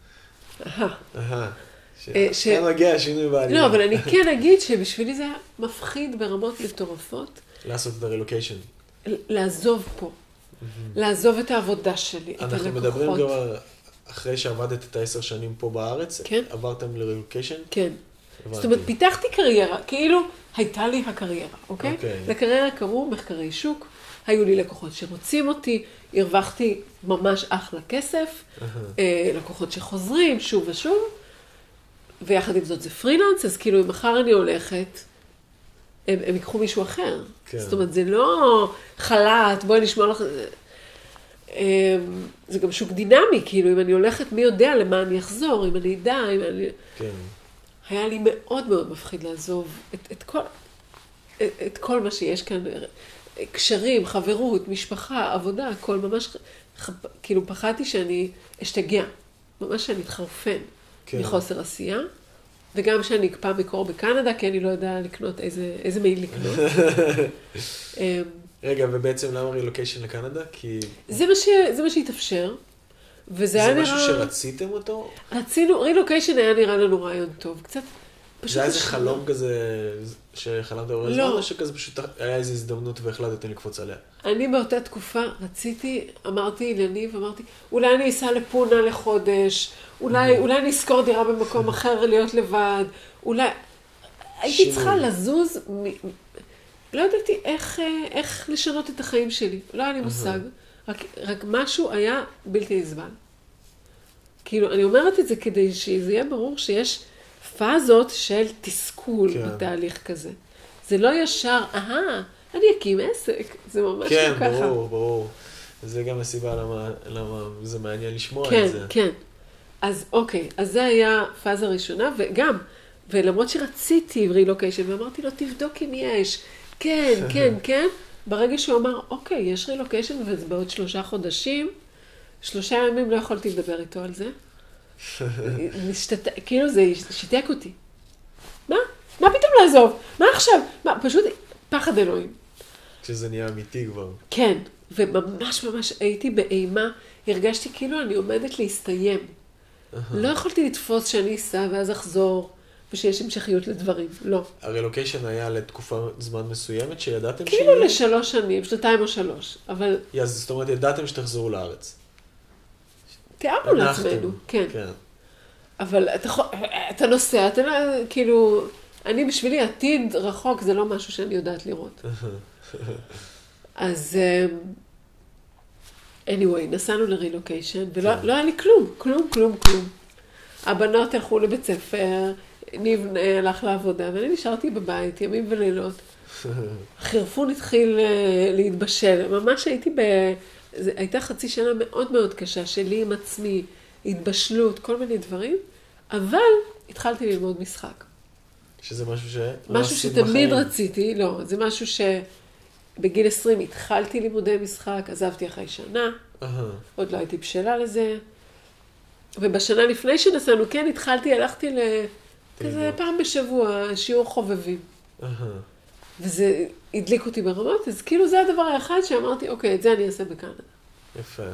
[SPEAKER 2] כאן
[SPEAKER 1] מגיע השינוי בעלייה.
[SPEAKER 2] לא, אבל אני כן אגיד שבשבילי זה היה מפחיד ברמות מטורפות.
[SPEAKER 1] לעשות את הרילוקיישן.
[SPEAKER 2] לעזוב פה. לעזוב את העבודה שלי, את הלקוחות.
[SPEAKER 1] אנחנו מדברים גם אחרי שעבדת את 10 שנים פה בארץ, עברתם לרילוקיישן?
[SPEAKER 2] כן. זאת אומרת, פיתחתי קריירה, כאילו הייתה לי הקריירה, אוקיי? לקריירה קראו מחקרי שוק, היו לי לקוחות שרוצים אותי, הרווחתי ממש אחלה כסף, לקוחות שחוזרים שוב ושוב, ויחד עם זאת זה פרילנס, אז כאילו אם מחר אני הולכת, הם ייקחו מישהו אחר.
[SPEAKER 1] כן.
[SPEAKER 2] זאת אומרת, זה לא חל"ת, בואי נשמע לך... זה גם שוק דינמי, כאילו, אם אני הולכת, מי יודע למה אני אחזור, אם אני אדע, אם אני...
[SPEAKER 1] כן.
[SPEAKER 2] היה לי מאוד מאוד מפחיד לעזוב את כל מה שיש כאן, קשרים, חברות, משפחה, עבודה, הכל ממש, כאילו, פחדתי שאני אשתגע, ממש שאני אתחרפן מחוסר עשייה, וגם שאני אקפא מקור בקנדה, כי אני לא יודע לקנות איזה מייל לקנות.
[SPEAKER 1] רגע, ובעצם למה רילוקיישן לקנדה? כי...
[SPEAKER 2] זה מה שהתאפשר.
[SPEAKER 1] זה משהו שרציתם אותו?
[SPEAKER 2] רצינו, רילוקיישן היה נראה לנו רעיון טוב. קצת פשוט...
[SPEAKER 1] זה היה איזה חלום כזה שחלמת הרבה זמן, או שכזה פשוט היה איזו הזדמנות והחלטתם לקפוץ עליה?
[SPEAKER 2] אני באותה תקופה רציתי, אמרתי לניב, אולי אני אסע לפונה לחודש, אולי אני אזכור דירה במקום אחר להיות לבד, אולי... הייתי צריכה לזוז, לא ידעתי איך לשנות את החיים שלי. לא היה לי מושג, רק משהו היה בלתי נסבל. כאילו, אני אומרת את זה כדי שזה יהיה ברור שיש פאזות של תסכול בתהליך כזה. זה לא ישר, אני אקים עסק. זה ממש לא ככה.
[SPEAKER 1] כן, ברור. זה גם הסיבה למה זה מעניין לשמוע את זה.
[SPEAKER 2] כן. אז אוקיי, אז זה היה פאזה ראשונה, וגם, ולמרות שרציתי רילוקיישן, ואמרתי לו, תבדוק אם יש. כן. ברגע שהוא אמר, אוקיי, יש רילוקיישן, וזה בעוד 3 חודשים, 3 ימים לא יכולתי לדבר איתו על זה. כאילו זה שיתק אותי. מה פתאום לעזוב? מה עכשיו? פשוט פחד אלוהים.
[SPEAKER 1] כשזה נהיה אמיתי כבר.
[SPEAKER 2] כן, וממש הייתי באימה, הרגשתי כאילו אני עומדת להסתיים. לא יכולתי לתפוס שאני אסע ואז אחזור. ושיש המשכיות לדברים, לא.
[SPEAKER 1] הרילוקיישן היה לתקופה זמן מסוימת שידעתם
[SPEAKER 2] כאילו ל3 שנים, 2 או 3, אבל...
[SPEAKER 1] זאת אומרת, ידעתם שתחזרו לארץ.
[SPEAKER 2] תיארנו לעצמנו, כן. אבל אתה נוסע, כאילו, אני בשבילי עתיד רחוק, זה לא משהו שאני יודעת לראות. אז, anyway, נסענו לרילוקיישן, ולא היה לי כלום. הבנות הלכו לבית ספר, ניב הלך לעבודה, ואני נשארתי בבית, ימים ולילות. החירפון התחיל להתבשל. ממש הייתה חצי שנה מאוד מאוד קשה, שלי עם עצמי, התבשלות, כל מיני דברים, אבל התחלתי ללמוד משחק.
[SPEAKER 1] שזה
[SPEAKER 2] משהו שתמיד רציתי, לא, זה משהו שבגיל 20 התחלתי לימודי משחק, עזבתי אחרי שנה, עוד לא הייתי בשלה לזה, ובשנה לפני שנסענו, כן, הלכתי כזה פעם בשבוע, שיעור חובבים. וזה הדליק אותי ברמות, אז כאילו זה הדבר האחד שאמרתי, אוקיי, את זה אני אעשה בקנדה.
[SPEAKER 1] יפה.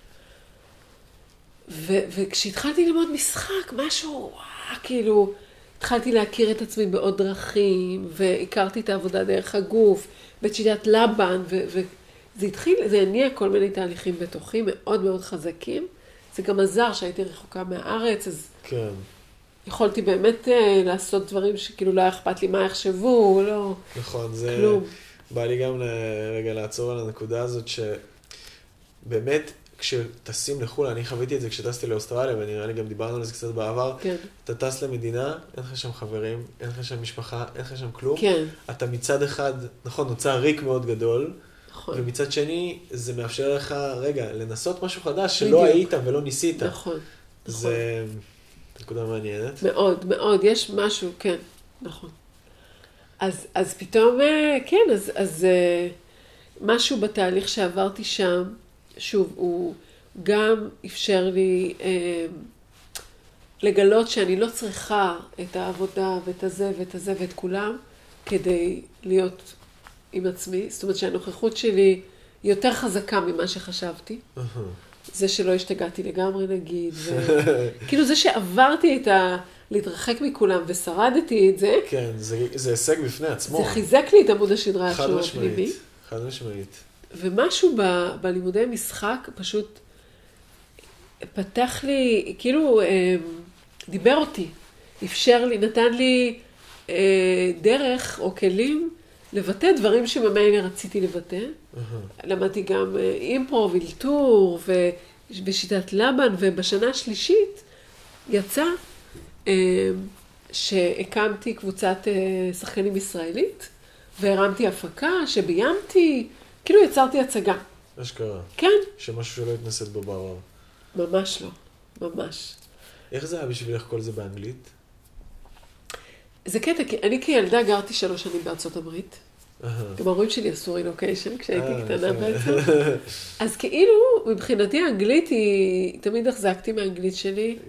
[SPEAKER 2] וכשהתחלתי ללמוד משחק, משהו, כאילו, התחלתי להכיר את עצמי בעוד דרכים, והכרתי את העבודה דרך הגוף, בשיטת לבן, זה הניע כל מיני תהליכים בתוכי, מאוד מאוד חזקים. זה גם עזר שהייתי רחוקה מהארץ, אז... כן. יכולתי באמת לעשות דברים שכאילו לא היה אכפת לי מה יחשבו, לא...
[SPEAKER 1] נכון, זה...
[SPEAKER 2] כלום.
[SPEAKER 1] בא לי גם רגע לעצור על הנקודה הזאת, שבאמת כשטסים לחו"ל, אני חוויתי את זה כשטסתי לאוסטרליה, ונראה לי גם דיברנו על זה קצת בעבר,
[SPEAKER 2] כן.
[SPEAKER 1] אתה טס למדינה, אין לך שם חברים, אין לך שם משפחה, אין לך שם כלום.
[SPEAKER 2] כן.
[SPEAKER 1] אתה מצד אחד, נכון, נוצר ריק מאוד גדול,
[SPEAKER 2] נכון.
[SPEAKER 1] ומצד שני, זה מאפשר לך, רגע, לנסות משהו חדש שלא היית ולא ניסית.
[SPEAKER 2] נכון.
[SPEAKER 1] זה... נקודה מעניינת.
[SPEAKER 2] מאוד, מאוד, יש משהו, כן, נכון. אז פתאום, כן, אז משהו בתהליך שעברתי שם, שוב, הוא גם אפשר לי לגלות שאני לא צריכה את העבודה ואת הזה ואת הזה ואת כולם, כדי להיות עם עצמי. זאת אומרת שהנוכחות שלי היא יותר חזקה ממה שחשבתי. זה שלא השתגעתי לגמרי נגיד, כאילו זה שעברתי להתרחק מכולם ושרדתי את זה.
[SPEAKER 1] כן, זה הישג בפני עצמו.
[SPEAKER 2] זה חיזק לי את עמוד השדרה שהוא הפנימי.
[SPEAKER 1] חד משמעית.
[SPEAKER 2] ומשהו בלימודי משחק פשוט פתח לי, כאילו דיבר אותי, אפשר לי, נתן לי דרך או כלים לבטא דברים שממילא רציתי לבטא. למדתי גם אימפרו וילתור ושיטת לבן, ובשנה השלישית יצא שהקמתי קבוצת שחקנים ישראלית, והרמתי הפקה, שביימתי, כאילו יצרתי הצגה.
[SPEAKER 1] אשכרה.
[SPEAKER 2] כן.
[SPEAKER 1] שמשהו שלא התנסית בו בעבר.
[SPEAKER 2] ממש לא, ממש.
[SPEAKER 1] איך זה היה בשבילך כל זה באנגלית?
[SPEAKER 2] זה קטע, כי אני כילדה גרתי 3 שנים בארצות הברית. גם ההורים שלי עשו רילוקיישן כשהייתי קטנה בעצם. אז כאילו, מבחינתי האנגלית היא, תמיד החזקתי מהאנגלית שלי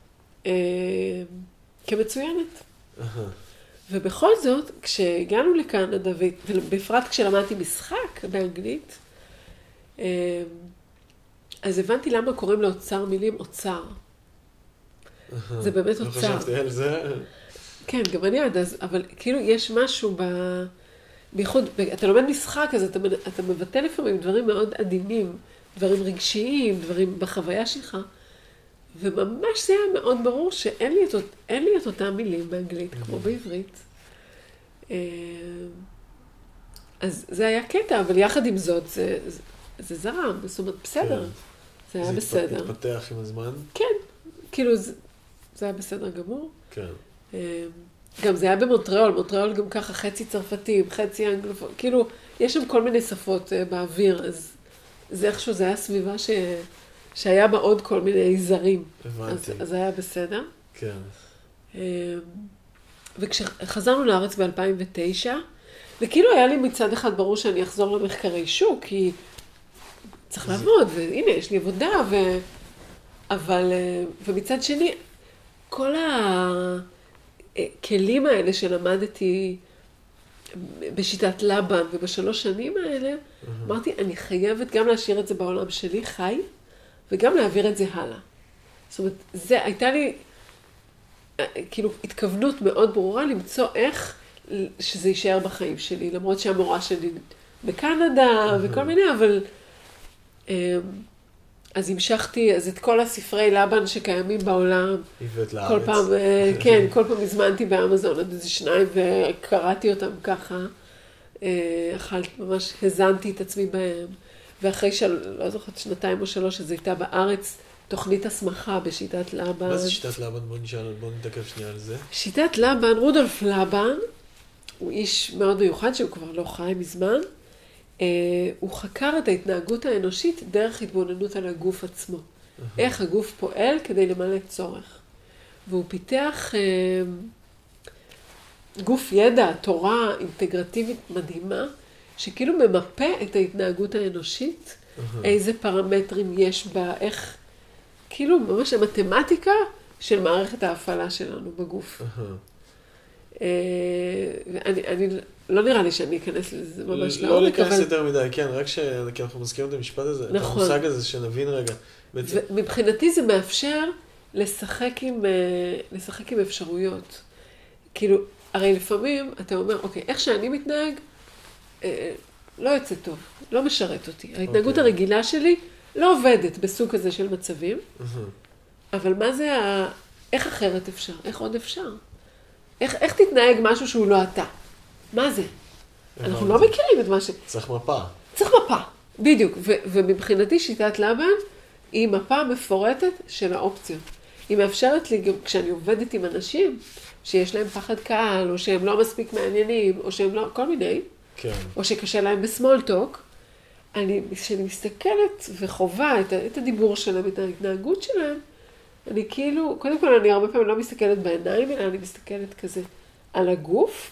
[SPEAKER 2] כמצוינת. ובכל זאת, כשהגענו לקנדה, ובפרט כשלמדתי משחק באנגלית, אז הבנתי למה קוראים לאוצר מילים אוצר. זה באמת אוצר.
[SPEAKER 1] לא חשבתי על זה.
[SPEAKER 2] כן, גם אני עד אז, אבל כאילו יש משהו בייחוד, אתה לומד משחק, אז אתה מבטא לפעמים דברים מאוד עדינים, דברים רגשיים, דברים בחוויה שלך, וממש זה היה מאוד ברור שאין לי את אותם מילים באנגלית, כמו בעברית. אז זה היה קטע, אבל יחד עם זאת, זה זרם, זאת אומרת, בסדר. זה היה בסדר.
[SPEAKER 1] זה התפתח עם הזמן?
[SPEAKER 2] כן, כאילו זה היה בסדר גמור.
[SPEAKER 1] כן.
[SPEAKER 2] גם זה היה במונטריאול, מונטריאול גם ככה חצי צרפתים, חצי אנגלופון, כאילו, יש שם כל מיני שפות באוויר, אז זה איכשהו, זה היה סביבה שהיה בה עוד כל מיני זרים.
[SPEAKER 1] הבנתי.
[SPEAKER 2] אז זה היה בסדר.
[SPEAKER 1] כן.
[SPEAKER 2] וכשחזרנו לארץ ב-2009, וכאילו היה לי מצד אחד ברור שאני אחזור למחקרי שוק, כי צריך לעבוד, והנה, יש לי עבודה, ומצד שני, כל הכלים האלה שלמדתי בשיטת לבן וב3 שנים האלה, אמרתי, אני חייבת גם להשאיר את זה בעולם שלי חי, וגם להעביר את זה הלאה. זאת אומרת, הייתה לי כאילו התכוונות מאוד ברורה למצוא איך שזה יישאר בחיים שלי, למרות שהמורה שלי בקנדה וכל מיני, אבל אז המשכתי, אז את כל הספרי לבן שקיימים בעולם, כל פעם, כן, כל פעם הזמנתי באמזון עד איזה 2 וקראתי אותם ככה, ממש הזנתי את עצמי בהם, ואחרי לא זוכרת 2 או 3, אז הייתה בארץ תוכנית הסמכה בשיטת לבן.
[SPEAKER 1] מה זה שיטת לבן? בוא נתעכב שנייה על זה.
[SPEAKER 2] שיטת לבן, רודולף לבן, הוא איש מאוד מיוחד שהוא כבר לא חי מזמן, הוא חקר את ההתנהגות האנושית דרך התבוננות על הגוף עצמו. איך הגוף פועל כדי למלא צורך. והוא פיתח גוף ידע, תורה אינטגרטיבית מדהימה, שכאילו ממפה את ההתנהגות האנושית, איזה פרמטרים יש בה, איך, כאילו ממש המתמטיקה של מערכת ההפעלה שלנו בגוף. אני לא נראה לי שאני אכנס לזה ממש לעומק,
[SPEAKER 1] אבל... לא להיכנס יותר מדי, כן, רק כי אנחנו מזכירים את המשפט הזה, את המושג הזה, שנבין רגע.
[SPEAKER 2] מבחינתי זה מאפשר לשחק עם אפשרויות. כאילו, הרי לפעמים אתה אומר, אוקיי, איך שאני מתנהג, לא יוצא טוב, לא משרת אותי. ההתנהגות הרגילה שלי לא עובדת בסוג כזה של מצבים, אבל מה זה, איך אחרת אפשר? איך עוד אפשר? איך תתנהג משהו שהוא לא אתה? מה זה? אנחנו לא מכירים את מה ש...
[SPEAKER 1] צריך מפה.
[SPEAKER 2] צריך מפה, בדיוק. ומבחינתי שיטת לבן היא מפה מפורטת של האופציות. היא מאפשרת לי גם כשאני עובדת עם אנשים שיש להם פחד קהל, או שהם לא מספיק מעניינים, או שהם לא... כל מיני.
[SPEAKER 1] כן.
[SPEAKER 2] או שקשה להם בסמול טוק. כשאני מסתכלת וחובה את הדיבור שלהם, את ההתנהגות שלהם, אני כאילו, קודם כל אני הרבה פעמים לא מסתכלת בעיניים, אלא אני מסתכלת כזה על הגוף.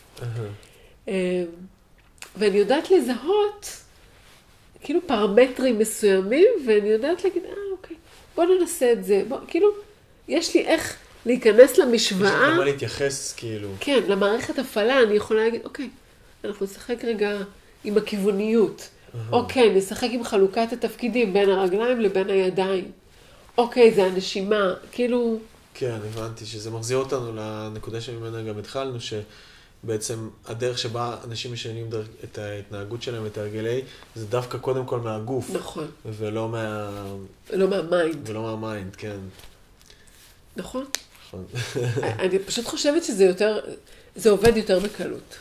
[SPEAKER 2] ואני יודעת לזהות, כאילו פרמטרים מסוימים, ואני יודעת להגיד, אוקיי, בוא ננסה את זה. כאילו, יש לי איך להיכנס למשוואה.
[SPEAKER 1] יש לי מה להתייחס, כאילו.
[SPEAKER 2] כן, למערכת הפעלה אני יכולה להגיד, אוקיי, אנחנו נשחק רגע עם הכיווניות. אוקיי, נשחק עם חלוקת התפקידים בין הרגליים לבין הידיים. אוקיי, זה הנשימה, כאילו...
[SPEAKER 1] כן, הבנתי שזה מחזיר אותנו לנקודה שממנה גם התחלנו, שבעצם הדרך שבה אנשים משנים את ההתנהגות שלהם, את הרגלי, זה דווקא קודם כל מהגוף.
[SPEAKER 2] נכון.
[SPEAKER 1] ולא
[SPEAKER 2] לא מהמיינד.
[SPEAKER 1] ולא מהמיינד, כן.
[SPEAKER 2] נכון.
[SPEAKER 1] נכון.
[SPEAKER 2] אני פשוט חושבת שזה יותר, זה עובד יותר בקלות.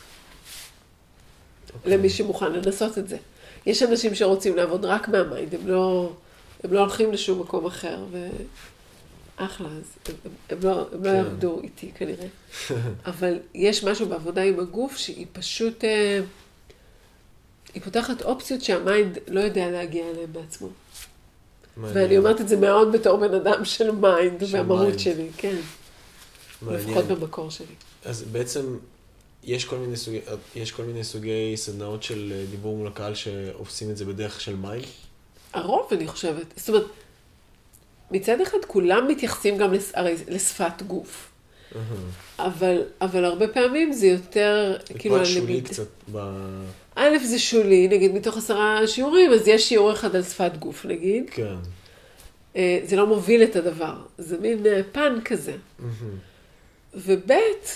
[SPEAKER 2] למי שמוכן לנסות את זה. יש אנשים שרוצים לעבוד רק מהמיינד, הם לא הולכים לשום מקום אחר, אחלה, אז הם לא יעבדו איתי כנראה. אבל יש משהו בעבודה עם הגוף שהיא פשוט, היא פותחת אופציות שהמיינד לא יודע להגיע אליהם בעצמו. ואני אומרת את זה מאוד בתור בן אדם של מיינד והמהות שלי, כן. לפחות במקור שלי.
[SPEAKER 1] אז בעצם יש כל מיני סוגי סדנאות של דיבור מול הקהל שעושים את זה בדרך של מיינד?
[SPEAKER 2] הרוב, אני חושבת. זאת אומרת, מצד אחד כולם מתייחסים גם לשפת גוף. אבל הרבה פעמים זה יותר, כאילו...
[SPEAKER 1] זה שולי קצת
[SPEAKER 2] א', זה שולי, נגיד מתוך 10 שיעורים, אז יש שיעור אחד על שפת גוף, נגיד.
[SPEAKER 1] כן.
[SPEAKER 2] זה לא מוביל את הדבר, זה מין פן כזה. וב',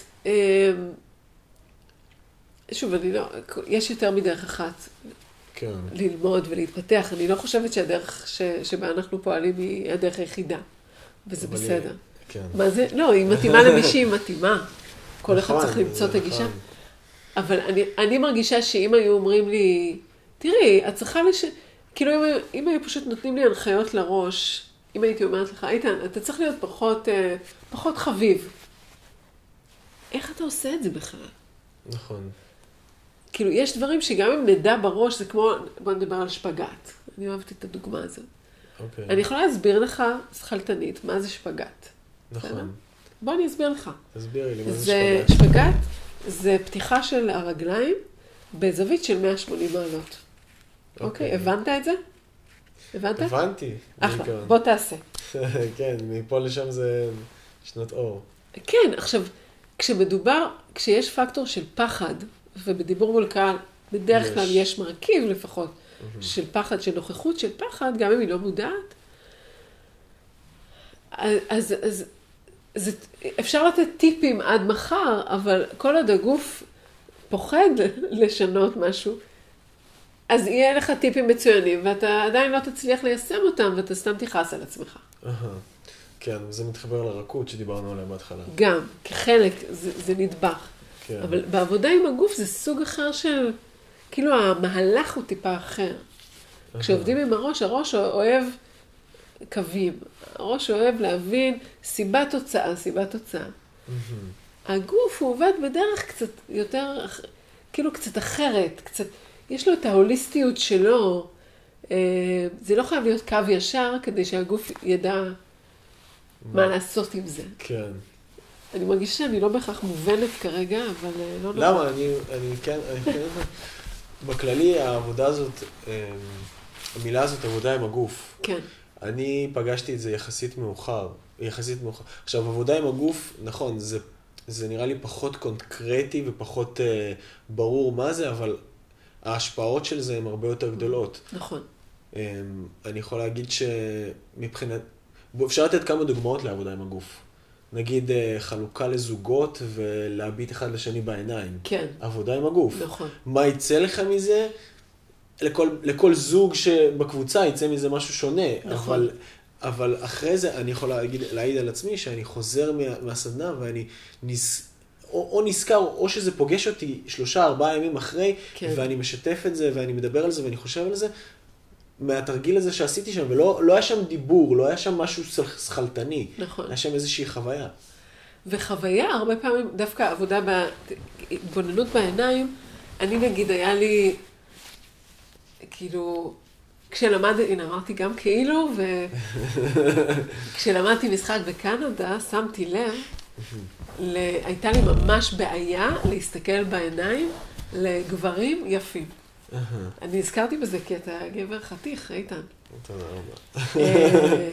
[SPEAKER 2] שוב, יש יותר מדרך אחת
[SPEAKER 1] כן.
[SPEAKER 2] ללמוד ולהתפתח. אני לא חושבת שהדרך שבה אנחנו פועלים היא הדרך היחידה, וזה בסדר.
[SPEAKER 1] כן.
[SPEAKER 2] מה זה? לא, היא מתאימה למישהי, היא מתאימה. כל אחד צריך למצוא את הגישה. אבל אני מרגישה שאם היו אומרים לי, תראי, את צריכה כאילו אם היו פשוט נותנים לי הנחיות לראש, אם הייתי אומרת לך, איתן, אתה צריך להיות פחות חביב. איך אתה עושה את זה בכלל?
[SPEAKER 1] נכון.
[SPEAKER 2] כאילו, יש דברים שגם אם נדע בראש, זה כמו, בוא נדבר על שפגט. אני אוהבת את הדוגמה הזאת.
[SPEAKER 1] אוקיי.
[SPEAKER 2] אני יכולה להסביר לך, שכלתנית, מה זה שפגט.
[SPEAKER 1] נכון.
[SPEAKER 2] בוא אני אסביר לך.
[SPEAKER 1] תסבירי לי מה זה שפגט.
[SPEAKER 2] שפגט זה פתיחה של הרגליים בזווית של 180 מעלות. אוקיי, הבנת את זה? הבנת?
[SPEAKER 1] הבנתי.
[SPEAKER 2] אחלה, בוא תעשה.
[SPEAKER 1] כן, מפה לשם זה שנות אור.
[SPEAKER 2] כן, עכשיו, כשיש פקטור של פחד, ובדיבור מול קהל, בדרך כלל יש מרכיב לפחות, של פחד, של נוכחות של פחד, גם אם היא לא מודעת, אז אפשר לתת טיפים עד מחר, אבל כל עוד הגוף פוחד לשנות משהו, אז יהיה לך טיפים מצוינים, ואתה עדיין לא תצליח ליישם אותם, ואתה סתם תכעס על עצמך.
[SPEAKER 1] כן, זה מתחבר לרכות שדיברנו עליה בהתחלה.
[SPEAKER 2] גם, כחלק, זה נדבך.
[SPEAKER 1] כן.
[SPEAKER 2] אבל בעבודה עם הגוף זה סוג אחר של, כאילו המהלך הוא טיפה אחר. כשעובדים עם הראש אוהב קווים. הראש אוהב להבין סיבה תוצאה. הגוף הוא עובד בדרך קצת יותר, כאילו קצת אחרת, קצת, יש לו את ההוליסטיות שלו. זה לא חייב להיות קו ישר כדי שהגוף ידע מה לעשות עם זה.
[SPEAKER 1] כן.
[SPEAKER 2] אני מרגישה שאני לא בהכרח מובנת כרגע, אבל לא נורא.
[SPEAKER 1] למה? אני כן, בכללי העבודה הזאת, המילה הזאת עבודה עם הגוף.
[SPEAKER 2] כן.
[SPEAKER 1] אני פגשתי את זה יחסית מאוחר. עכשיו, עבודה עם הגוף, נכון, זה נראה לי פחות קונקרטי ופחות ברור מה זה, אבל ההשפעות של זה הן הרבה יותר גדולות.
[SPEAKER 2] נכון.
[SPEAKER 1] אני יכול להגיד שמבחינת, אפשר לתת כמה דוגמאות לעבודה עם הגוף. נגיד חלוקה לזוגות ולהביט אחד לשני בעיניים.
[SPEAKER 2] כן.
[SPEAKER 1] עבודה עם הגוף.
[SPEAKER 2] נכון.
[SPEAKER 1] מה יצא לך מזה? לכל זוג שבקבוצה יצא מזה משהו שונה.
[SPEAKER 2] נכון.
[SPEAKER 1] אבל אחרי זה אני יכול להעיד על עצמי שאני חוזר מהסדנה ואני או נזכר, או שזה פוגש אותי 3-4 ימים אחרי, כן. ואני משתף את זה ואני מדבר על זה ואני חושב על זה. מהתרגיל הזה שעשיתי שם, ולא היה שם דיבור, לא היה שם משהו שכלתני.
[SPEAKER 2] נכון.
[SPEAKER 1] היה שם איזושהי חוויה.
[SPEAKER 2] וחוויה, הרבה פעמים, דווקא עבודה בהתבוננות בעיניים, אני נגיד, היה לי, כאילו, הנה אמרתי גם כאילו, כשלמדתי משחק בקנדה, שמתי לב, הייתה לי ממש בעיה להסתכל בעיניים לגברים יפים. אני הזכרתי בזה כי אתה גבר חתיך, איתן.
[SPEAKER 1] תודה רבה.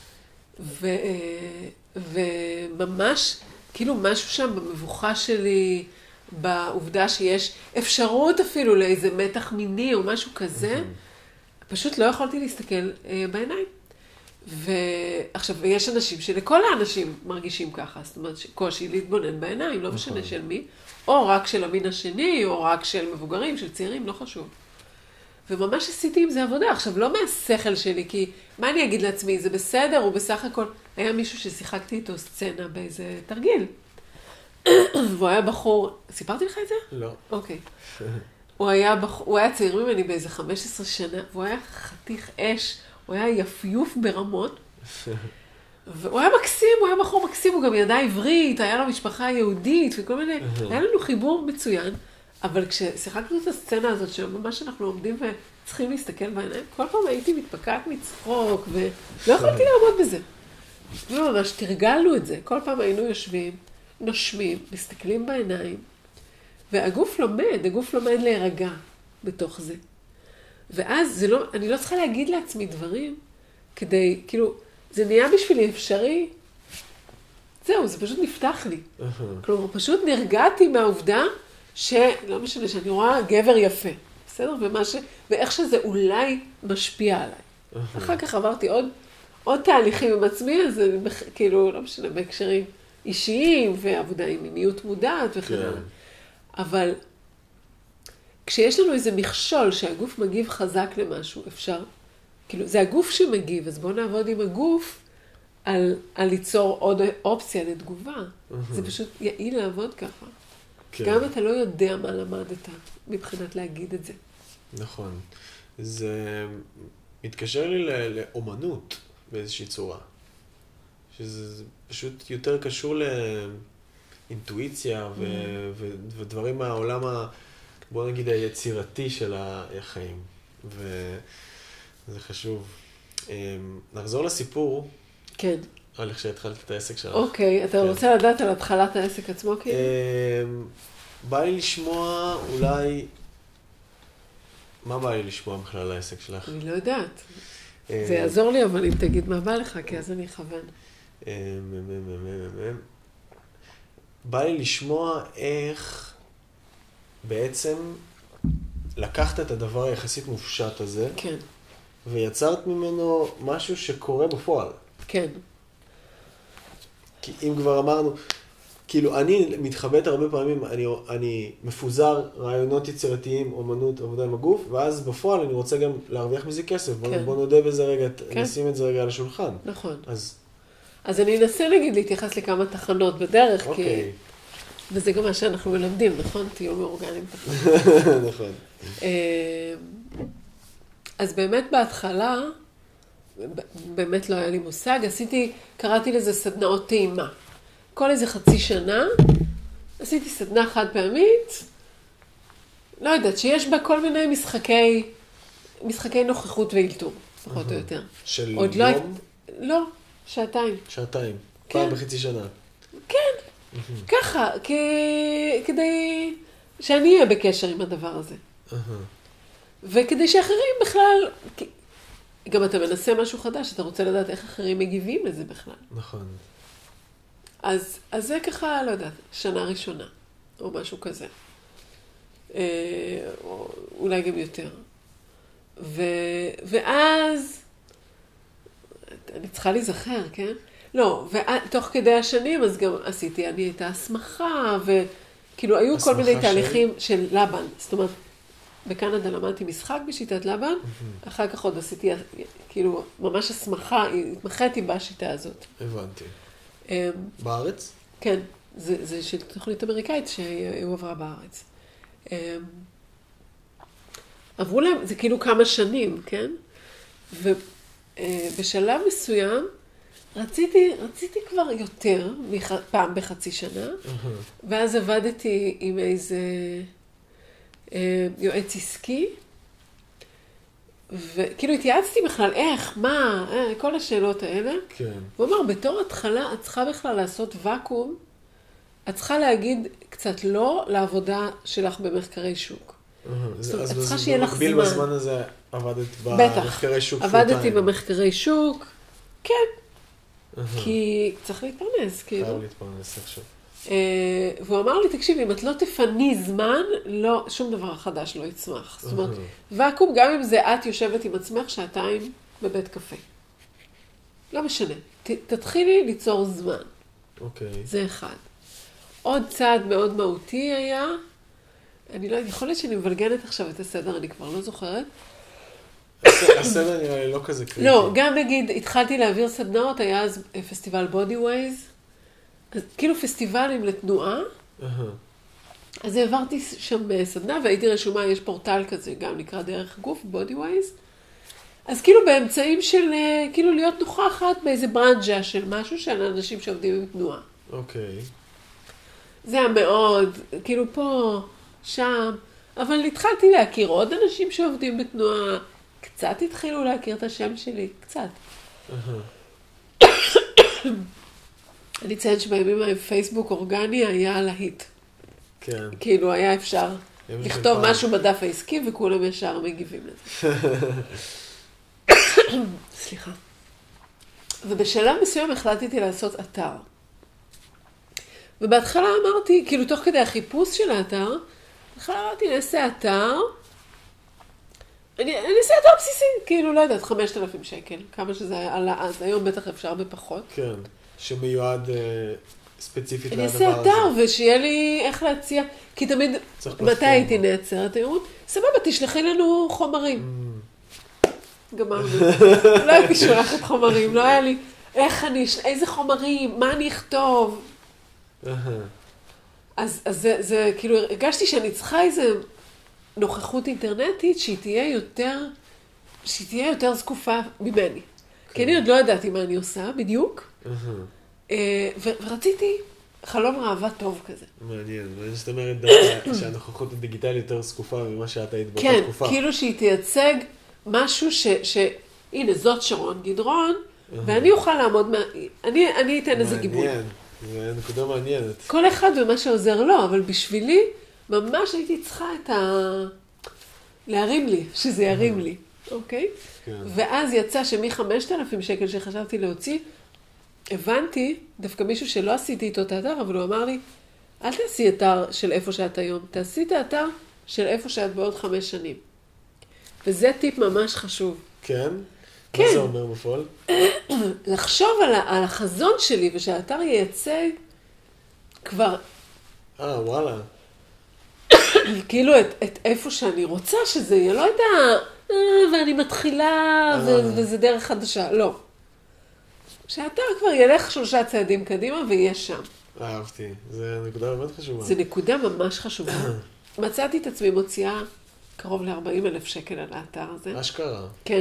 [SPEAKER 2] וממש, כאילו משהו שם במבוכה שלי, בעובדה שיש אפשרות אפילו לאיזה מתח מיני או משהו כזה, פשוט לא יכולתי להסתכל בעיניים. ועכשיו, ויש אנשים שלכל האנשים מרגישים ככה, זאת אומרת, קושי להתבונן בעיניים, לא משנה של מי, או רק של המין השני, או רק של מבוגרים, של צעירים, לא חשוב. וממש עשיתי עם זה עבודה. עכשיו, לא מהשכל שלי, כי מה אני אגיד לעצמי? זה בסדר, הוא בסך הכל, היה מישהו ששיחקתי איתו סצנה באיזה תרגיל. והוא היה בחור, סיפרתי לך את זה?
[SPEAKER 1] לא.
[SPEAKER 2] אוקיי. הוא היה צעיר ממני באיזה 15 שנה, והוא היה חתיך אש, הוא היה יפיוף ברמות, והוא היה מקסים, הוא היה בחור מקסים, הוא גם ידע עברית, היה לו משפחה יהודית וכל מיני, היה לנו חיבור מצוין, אבל כששיחקנו את הסצנה הזאת, שממש אנחנו עומדים וצריכים להסתכל בעיניים, כל פעם הייתי מתפקעת מצחוק, ולא יכולתי לעמוד בזה. ממש תרגלנו את זה, כל פעם היינו יושבים, נושמים, מסתכלים בעיניים, והגוף לומד להירגע בתוך זה. ואז אני לא צריכה להגיד לעצמי דברים, כדי, כאילו, זה נהיה בשבילי אפשרי, זהו, זה פשוט נפתח לי. כלומר, פשוט נרגעתי מהעובדה לא משנה, שאני רואה גבר יפה, בסדר? ואיך שזה אולי משפיע עליי. אחר כך עברתי עוד תהליכים עם עצמי, אז כאילו, לא משנה, בהקשרים אישיים, ועבודה עם מיניות מודעת וכן הלאה. אבל כשיש לנו איזה מכשול שהגוף מגיב חזק למשהו, אפשר, כאילו, זה הגוף שמגיב, אז בואו נעבוד עם הגוף על ליצור עוד אופציה לתגובה. זה פשוט יעיל לעבוד ככה. כן. גם אתה לא יודע מה למדת מבחינת להגיד את זה.
[SPEAKER 1] נכון. זה מתקשר לי לאומנות באיזושהי צורה. שזה פשוט יותר קשור לאינטואיציה ודברים מהעולם, בוא נגיד, היצירתי של החיים. וזה חשוב. נחזור לסיפור.
[SPEAKER 2] כן.
[SPEAKER 1] על איך שהתחלת את העסק שלך.
[SPEAKER 2] אוקיי, אתה רוצה לדעת על התחלת העסק עצמו?
[SPEAKER 1] בא לי לשמוע אולי... מה בא לי לשמוע בכלל על העסק שלך?
[SPEAKER 2] אני לא יודעת. זה יעזור לי, אבל אם תגיד מה בא לך, כי אז אני אכוון.
[SPEAKER 1] בא לי לשמוע איך בעצם לקחת את הדבר היחסית מופשט הזה,
[SPEAKER 2] כן.
[SPEAKER 1] ויצרת ממנו משהו שקורה בפועל.
[SPEAKER 2] כן.
[SPEAKER 1] כי אם כבר אמרנו, כאילו אני מתחבט הרבה פעמים, אני מפוזר רעיונות יצירתיים, אומנות, עבודה עם הגוף, ואז בפועל אני רוצה גם להרוויח מזה כסף. כן. בוא נודה בזה רגע, כן. נשים את זה רגע על השולחן.
[SPEAKER 2] נכון. אז אני אנסה נגיד להתייחס לכמה תחנות בדרך,
[SPEAKER 1] אוקיי.
[SPEAKER 2] וזה גם מה שאנחנו מלמדים, נכון? תהיו מאורגנים.
[SPEAKER 1] נכון.
[SPEAKER 2] אז באמת בהתחלה, באמת לא היה לי מושג, קראתי לזה סדנאות טעימה. כל איזה חצי שנה, עשיתי סדנה חד פעמית, לא יודעת, שיש בה כל מיני משחקי נוכחות ואילתור, פחות או יותר.
[SPEAKER 1] של יום?
[SPEAKER 2] לא, שעתיים.
[SPEAKER 1] שעתיים, פעם בחצי שנה.
[SPEAKER 2] כן, ככה, כדי שאני אהיה בקשר עם הדבר הזה. וכדי שאחרים בכלל, גם אתה מנסה משהו חדש, אתה רוצה לדעת איך אחרים מגיבים לזה בכלל.
[SPEAKER 1] נכון.
[SPEAKER 2] אז זה ככה, לא יודעת, שנה ראשונה, או משהו כזה. או אולי גם יותר. ואז, אני צריכה להיזכר, כן? לא, ותוך כדי השנים, אז גם אני הייתה הסמכה, וכאילו היו כל מיני תהליכים של לבן. זאת אומרת, בקנדה למדתי משחק בשיטת לבן, אחר כך עוד עשיתי, כאילו, ממש הסמכה, התמחיתי בשיטה הזאת.
[SPEAKER 1] הבנתי. בארץ?
[SPEAKER 2] כן, זה של תוכנית אמריקאית שהיא עברה בארץ. עברו להם, זה כאילו כמה שנים, כן? ובשלב מסוים, רציתי כבר יותר, פעם בחצי שנה, ואז עבדתי עם איזה יועץ עסקי, וכאילו התייעצתי בכלל, איך, מה, כל השאלות האלה.
[SPEAKER 1] כן.
[SPEAKER 2] הוא אמר, בתור התחלה, את צריכה בכלל לעשות ואקום, את צריכה להגיד קצת לא לעבודה שלך במחקרי שוק.
[SPEAKER 1] אז במקביל בזמן הזה עבדת במחקרי שוק.
[SPEAKER 2] בטח, עבדתי במחקרי שוק, כן. כי צריך להתפרנס, כאילו.
[SPEAKER 1] חייב להתפרנס עכשיו.
[SPEAKER 2] והוא אמר לי, תקשיב, אם את לא תפני זמן, שום דבר חדש לא יצמח. זאת אומרת, ואקום, גם אם זה את יושבת עם עצמך שעתיים בבית קפה. לא משנה. תתחילי ליצור זמן.
[SPEAKER 1] אוקיי.
[SPEAKER 2] זה אחד. עוד צעד מאוד מהותי היה, אני לא יודעת, יכול להיות שאני מבלגנת עכשיו את הסדר, אני כבר לא זוכרת.
[SPEAKER 1] הסדר נראה לי לא כזה קריטי.
[SPEAKER 2] לא, גם נגיד, התחלתי להעביר סדנאות, היה אז פסטיבל בודיווייז, אז כאילו פסטיבלים לתנועה, אז העברתי שם סדנה והייתי רשומה, יש פורטל כזה, גם נקרא דרך גוף, בודיווייז. אז כאילו באמצעים של, כאילו להיות נוכחת באיזה ברנג'ה של משהו של אנשים שעובדים עם תנועה.
[SPEAKER 1] אוקיי.
[SPEAKER 2] זה היה מאוד, כאילו פה, שם, אבל התחלתי להכיר עוד אנשים שעובדים בתנועה, קצת התחילו להכיר את השם שלי, קצת. אני אציין שבימים ההם פייסבוק אורגני היה להיט.
[SPEAKER 1] כן.
[SPEAKER 2] כאילו היה אפשר לכתוב משהו בדף העסקי וכולם ישר מגיבים לזה. סליחה. ובשלב מסוים החלטתי לעשות אתר. ובהתחלה אמרתי, כאילו תוך כדי החיפוש של האתר, בהתחלה אמרתי, נעשה אתר, אני אעשה אתר בסיסי, כאילו לא יודעת, 5,000 שקל, כמה שזה עלה אז, היום בטח אפשר בפחות.
[SPEAKER 1] כן, שמיועד ספציפית
[SPEAKER 2] אני
[SPEAKER 1] לדבר הזה.
[SPEAKER 2] אעשה אתר ושיהיה לי איך להציע, כי תמיד, מתי הייתי נעצרת? תראו, סבבה, תשלחי לנו חומרים. גמרנו. לא הייתי שולחת חומרים, לא היה לי, איזה חומרים, מה אני אכתוב? אז זה כאילו, הרגשתי שאני צריכה איזה נוכחות אינטרנטית שהיא תהיה יותר זקופה ממני. כי אני עוד לא ידעתי מה אני עושה בדיוק. ורציתי חלום ראווה טוב כזה.
[SPEAKER 1] מעניין, זאת אומרת שהנוכחות הדיגיטלית יותר זקופה ממה שאת היית באותה
[SPEAKER 2] כן,
[SPEAKER 1] תקופה.
[SPEAKER 2] כאילו שהיא תייצג משהו הנה, זאת שרון גדרון, ואני אוכל לעמוד, אני אתן איזה גיבוי.
[SPEAKER 1] מעניין, זו נקודה מעניינת.
[SPEAKER 2] כל אחד ומה שעוזר לו, אבל בשבילי, ממש הייתי צריכה להרים לי, שזה ירים לי, אוקיי?
[SPEAKER 1] כן.
[SPEAKER 2] ואז יצא שמ-5,000 שקל שחשבתי להוציא, הבנתי, דווקא מישהו שלא עשיתי איתו את האתר, אבל הוא אמר לי, אל תעשי אתר של איפה שאת היום, תעשי את האתר של איפה שאת בעוד 5 שנים. וזה טיפ ממש חשוב.
[SPEAKER 1] כן?
[SPEAKER 2] כן.
[SPEAKER 1] מה זה אומר בפועל?
[SPEAKER 2] לחשוב על החזון שלי, ושהאתר ייצג כבר,
[SPEAKER 1] וואלה.
[SPEAKER 2] כאילו את איפה שאני רוצה שזה יהיה, לא יודע, ואני מתחילה וזה דרך חדשה, לא. שהאתר כבר ילך 3 צעדים קדימה ויהיה שם.
[SPEAKER 1] אהבתי, זו נקודה באמת חשובה.
[SPEAKER 2] זו נקודה ממש חשובה. מצאתי את עצמי מוציאה קרוב ל-40,000 שקל על האתר הזה.
[SPEAKER 1] אשכרה.
[SPEAKER 2] כן.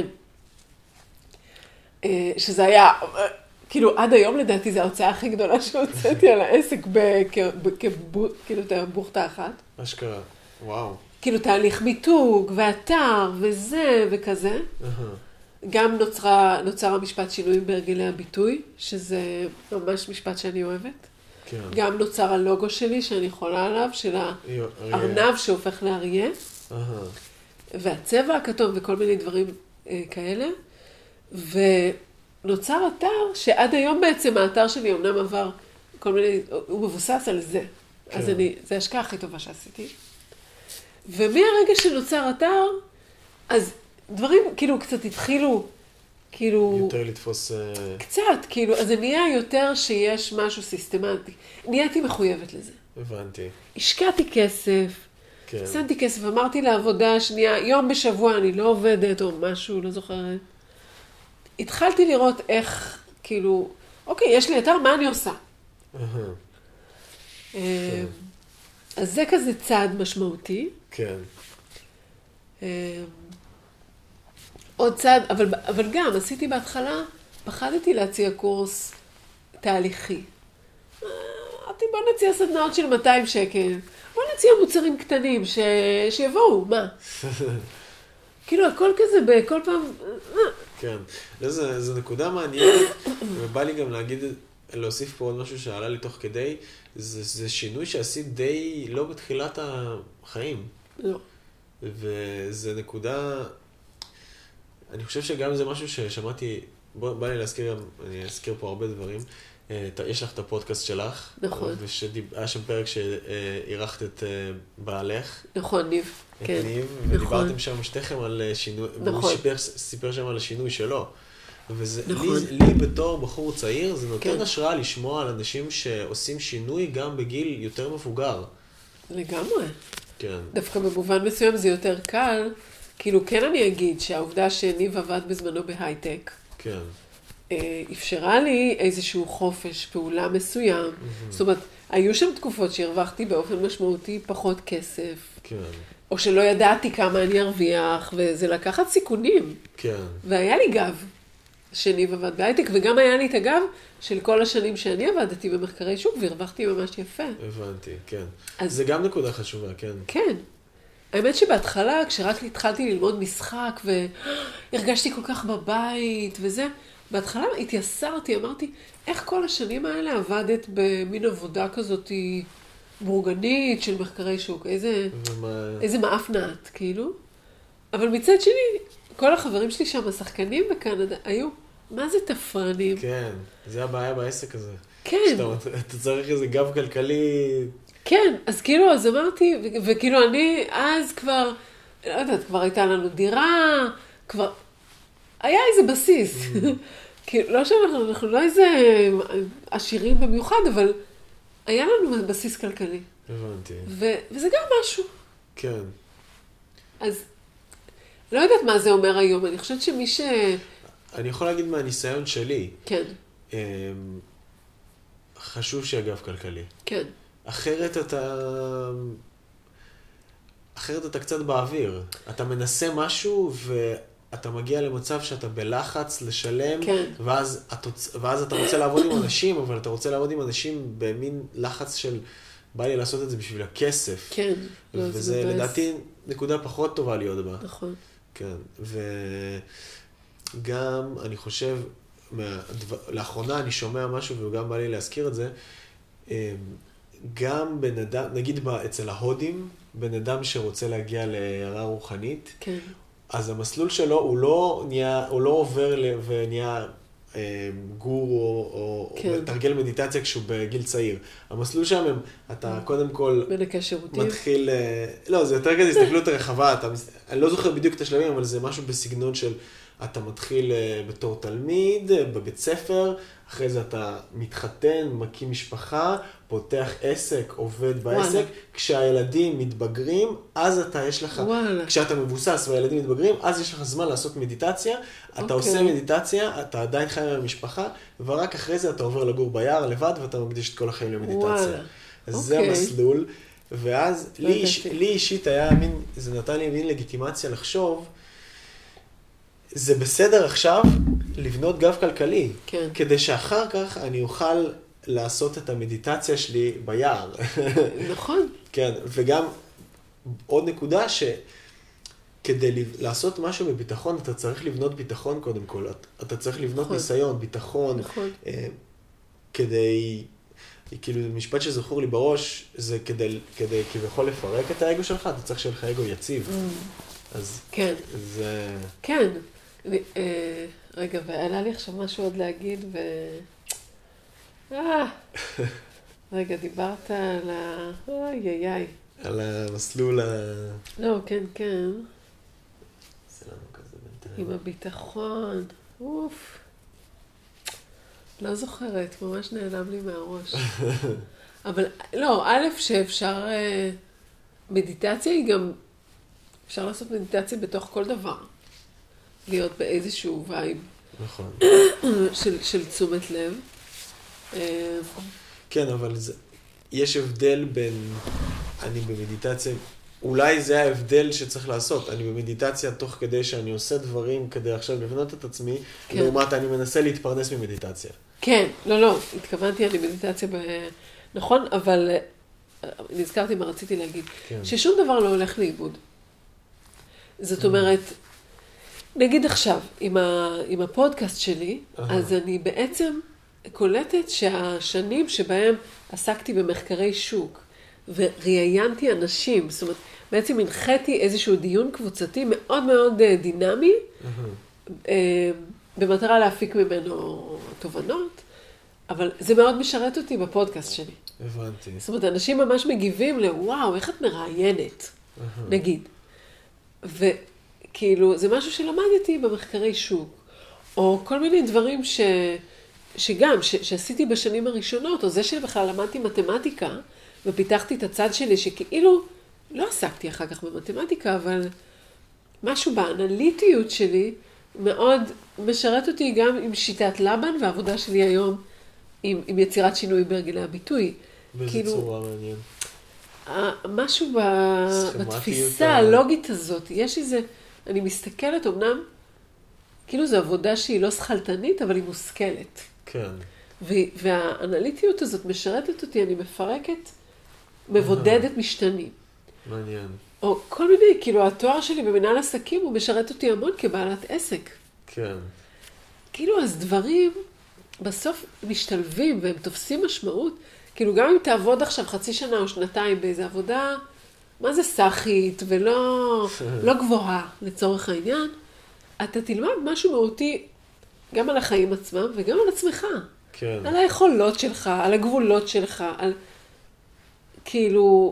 [SPEAKER 2] שזה היה, כאילו עד היום לדעתי זו ההוצאה הכי גדולה שהוצאתי על העסק, כאילו בוכתה אחת.
[SPEAKER 1] אשכרה, וואו.
[SPEAKER 2] כאילו תהליך מיתוג ואתר וזה וכזה. גם נוצר המשפט שינוי בהרגלי הביטוי, שזה ממש משפט שאני אוהבת.
[SPEAKER 1] כן.
[SPEAKER 2] גם נוצר הלוגו שלי שאני חולה עליו, של הארנב שהופך לאריה. והצבע הכתום וכל מיני דברים כאלה. ונוצר אתר שעד היום בעצם האתר שלי אומנם עבר כל מיני, הוא מבוסס על זה. כן. אז זה ההשקעה הכי טובה שעשיתי. ומהרגע שנוצר אתר, אז דברים כאילו קצת התחילו, כאילו...
[SPEAKER 1] יותר לתפוס...
[SPEAKER 2] קצת, כאילו, אז זה נהיה יותר שיש משהו סיסטמטי. נהייתי מחויבת לזה.
[SPEAKER 1] הבנתי.
[SPEAKER 2] השקעתי כסף,
[SPEAKER 1] כן.
[SPEAKER 2] שמתי כסף, אמרתי לעבודה שנייה, יום בשבוע אני לא עובדת או משהו, לא זוכרת. התחלתי לראות איך, כאילו, אוקיי, יש לי אתר, מה אני עושה? אז זה כזה צעד משמעותי.
[SPEAKER 1] כן.
[SPEAKER 2] עוד צעד, אבל גם עשיתי בהתחלה, פחדתי להציע קורס תהליכי. אמרתי, בוא נציע סדנאות של 200 שקל, בוא נציע מוצרים קטנים שיבואו, מה? כאילו הכל כזה בכל פעם...
[SPEAKER 1] כן, זו נקודה מעניינת, ובא לי גם להוסיף פה עוד משהו שעלה לי תוך כדי, זה שינוי שעשית די לא בתחילת החיים.
[SPEAKER 2] לא.
[SPEAKER 1] וזה נקודה, אני חושב שגם זה משהו ששמעתי, בא לי להזכיר גם, אני אזכיר פה הרבה דברים, יש לך את הפודקאסט שלך.
[SPEAKER 2] נכון.
[SPEAKER 1] והיה שם פרק שעירכת את בעלך.
[SPEAKER 2] נכון, ניב.
[SPEAKER 1] כן. ניב, ודיברתם שם שתיכם על שינוי, והוא סיפר שם על השינוי שלו. וזה, לי בתור בחור צעיר, זה נותן השראה לשמוע על אנשים שעושים שינוי גם בגיל יותר מבוגר.
[SPEAKER 2] לגמרי.
[SPEAKER 1] כן.
[SPEAKER 2] דווקא במובן מסוים זה יותר קל, כאילו כן אני אגיד שהעובדה שניב עבד בזמנו בהייטק,
[SPEAKER 1] כן.
[SPEAKER 2] אפשרה לי איזשהו חופש פעולה מסוים. זאת אומרת, היו שם תקופות שהרווחתי באופן משמעותי פחות כסף.
[SPEAKER 1] כן.
[SPEAKER 2] או שלא ידעתי כמה אני ארוויח, וזה לקחת סיכונים.
[SPEAKER 1] כן.
[SPEAKER 2] והיה לי גב, שני עבד בהייטק, וגם היה לי את הגב של כל השנים שאני עבדתי במחקרי שוק, והרווחתי ממש יפה.
[SPEAKER 1] הבנתי, כן.
[SPEAKER 2] אז-
[SPEAKER 1] זה גם נקודה חשובה, כן.
[SPEAKER 2] כן. האמת שבהתחלה, כשרק התחלתי ללמוד משחק, והרגשתי כל כך בבית וזה, בהתחלה התייסרתי, אמרתי, איך כל השנים האלה עבדת במין עבודה כזאת בורגנית של מחקרי שוק? איזה מאף נעת, כאילו. אבל מצד שני, כל החברים שלי שם, השחקנים בקנדה, היו, מה זה תפרנים?
[SPEAKER 1] כן, זה הבעיה בעסק הזה.
[SPEAKER 2] כן.
[SPEAKER 1] אתה צריך איזה גב כלכלי.
[SPEAKER 2] כן, אז כאילו, אז אמרתי, וכאילו אני אז כבר, לא יודעת, כבר הייתה לנו דירה, כבר, היה איזה בסיס. כאילו, לא שאנחנו לא איזה עשירים במיוחד, אבל היה לנו בסיס כלכלי.
[SPEAKER 1] הבנתי.
[SPEAKER 2] וזה גם משהו.
[SPEAKER 1] כן.
[SPEAKER 2] אז לא יודעת מה זה אומר היום, אני חושבת שמי
[SPEAKER 1] אני יכול להגיד מהניסיון שלי,
[SPEAKER 2] כן,
[SPEAKER 1] חשוב שיהיה גב כלכלי.
[SPEAKER 2] כן.
[SPEAKER 1] אחרת אתה קצת באוויר. אתה מנסה משהו ואתה מגיע למצב שאתה בלחץ לשלם,
[SPEAKER 2] כן.
[SPEAKER 1] ואז אתה רוצה לעבוד עם אנשים, אבל אתה רוצה לעבוד עם אנשים במין לחץ של בא לי לעשות את זה בשביל הכסף.
[SPEAKER 2] כן. לא,
[SPEAKER 1] וזה
[SPEAKER 2] מבאס.
[SPEAKER 1] לדעתי נקודה פחות טובה להיות בה.
[SPEAKER 2] נכון.
[SPEAKER 1] כן. וגם אני חושב, לאחרונה אני שומע משהו וגם בא לי להזכיר את זה, גם בן אדם, נגיד אצל ההודים, בן אדם שרוצה להגיע להערה רוחנית,
[SPEAKER 2] כן.
[SPEAKER 1] אז המסלול שלו הוא לא עובר ונהיה גור או
[SPEAKER 2] כן.
[SPEAKER 1] תרגל מדיטציה כשהוא בגיל צעיר. המסלול שם, אתה קודם כל
[SPEAKER 2] מנקה שירותים.
[SPEAKER 1] מתחיל, לא, זה יותר כזה הסתכלות רחבה, אני לא זוכר בדיוק את השלבים, אבל זה משהו בסגנון של, אתה מתחיל בתור תלמיד, בבית ספר, אחרי זה אתה מתחתן, מקים משפחה, פותח עסק, עובד בעסק,
[SPEAKER 2] וואלה.
[SPEAKER 1] כשהילדים מתבגרים, אז יש לך,
[SPEAKER 2] וואלה.
[SPEAKER 1] כשאתה מבוסס והילדים מתבגרים, אז יש לך זמן לעשות מדיטציה, אתה
[SPEAKER 2] אוקיי.
[SPEAKER 1] עושה מדיטציה, אתה עדיין חי עם המשפחה, ורק אחרי זה אתה עובר לגור ביער לבד, ואתה מקדיש את כל החיים למדיטציה.
[SPEAKER 2] וואלה.
[SPEAKER 1] אז זה
[SPEAKER 2] אוקיי.
[SPEAKER 1] המסלול, ואז
[SPEAKER 2] לא ידעתי.
[SPEAKER 1] לי אישית היה מין, זה נתן לי מין לגיטימציה לחשוב, זה בסדר עכשיו לבנות גב כלכלי,
[SPEAKER 2] כן.
[SPEAKER 1] כדי שאחר כך אני אוכל לעשות את המדיטציה שלי ביער.
[SPEAKER 2] נכון.
[SPEAKER 1] כן, וגם עוד נקודה שכדי לעשות משהו בביטחון, אתה צריך לבנות ביטחון קודם כל, אתה צריך לבנות
[SPEAKER 2] נכון.
[SPEAKER 1] ניסיון, ביטחון,
[SPEAKER 2] נכון.
[SPEAKER 1] כדי, כאילו משפט שזכור לי בראש, זה כדי כביכול לפרק את האגו שלך, אתה צריך שיהיה לך אגו יציב. אז
[SPEAKER 2] כן.
[SPEAKER 1] זה...
[SPEAKER 2] כן. רגע, ועלה לי עכשיו משהו עוד להגיד, רגע, דיברת על איי.
[SPEAKER 1] על המסלול
[SPEAKER 2] לא, כן, כן.
[SPEAKER 1] זה לנו כזה בינתיים.
[SPEAKER 2] עם הביטחון. אוף. לא זוכרת, ממש נעלם לי מהראש. אבל לא, א', שאפשר, מדיטציה היא גם, אפשר לעשות מדיטציה בתוך כל דבר. להיות באיזשהו וייב
[SPEAKER 1] נכון.
[SPEAKER 2] של תשומת לב.
[SPEAKER 1] כן, אבל יש הבדל בין, אני במדיטציה, אולי זה ההבדל שצריך לעשות. אני במדיטציה תוך כדי שאני עושה דברים כדי עכשיו לבנות את עצמי,
[SPEAKER 2] כן.
[SPEAKER 1] לעומת אני מנסה להתפרנס ממדיטציה.
[SPEAKER 2] כן, לא, התכוונתי על מדיטציה נכון, אבל נזכרתי מה רציתי להגיד.
[SPEAKER 1] כן.
[SPEAKER 2] ששום דבר לא הולך לאיבוד. זאת אומרת, נגיד עכשיו, עם הפודקאסט שלי, אז אני בעצם קולטת שהשנים שבהם עסקתי במחקרי שוק, וראיינתי אנשים, זאת אומרת, בעצם הנחיתי איזשהו דיון קבוצתי מאוד מאוד דינמי, במטרה להפיק ממנו תובנות, אבל זה מאוד משרת אותי בפודקאסט שלי.
[SPEAKER 1] הבנתי.
[SPEAKER 2] זאת אומרת, אנשים ממש מגיבים לוואו, איך את מראיינת, נגיד. וכאילו, זה משהו שלמדתי במחקרי שוק, או כל מיני דברים שגם, שעשיתי בשנים הראשונות, או זה שבכלל למדתי מתמטיקה, ופיתחתי את הצד שלי, שכאילו לא עסקתי אחר כך במתמטיקה, אבל משהו באנליטיות שלי מאוד משרת אותי גם עם שיטת לבן, והעבודה שלי היום עם יצירת שינוי בהרגלי הביטוי.
[SPEAKER 1] באיזה
[SPEAKER 2] כאילו,
[SPEAKER 1] צורה מעניין.
[SPEAKER 2] משהו
[SPEAKER 1] סכמטיות
[SPEAKER 2] בתפיסה הלוגית הזאת, יש איזה, אני מסתכלת אמנם, כאילו זו עבודה שהיא לא שכלתנית, אבל היא מושכלת.
[SPEAKER 1] כן.
[SPEAKER 2] והאנליטיות הזאת משרתת אותי, אני מפרקת, מבודדת משתנים.
[SPEAKER 1] מעניין.
[SPEAKER 2] או כל מיני, כאילו התואר שלי במנהל עסקים הוא משרת אותי המון כבעלת עסק.
[SPEAKER 1] כן.
[SPEAKER 2] כאילו אז דברים בסוף משתלבים והם תופסים משמעות. כאילו גם אם תעבוד עכשיו חצי שנה או שנתיים באיזו עבודה, מה זה סחית ולא לא גבוהה לצורך העניין, אתה תלמד משהו מהותי גם על החיים עצמם וגם על עצמך.
[SPEAKER 1] כן.
[SPEAKER 2] על היכולות שלך, על הגבולות שלך, על כאילו...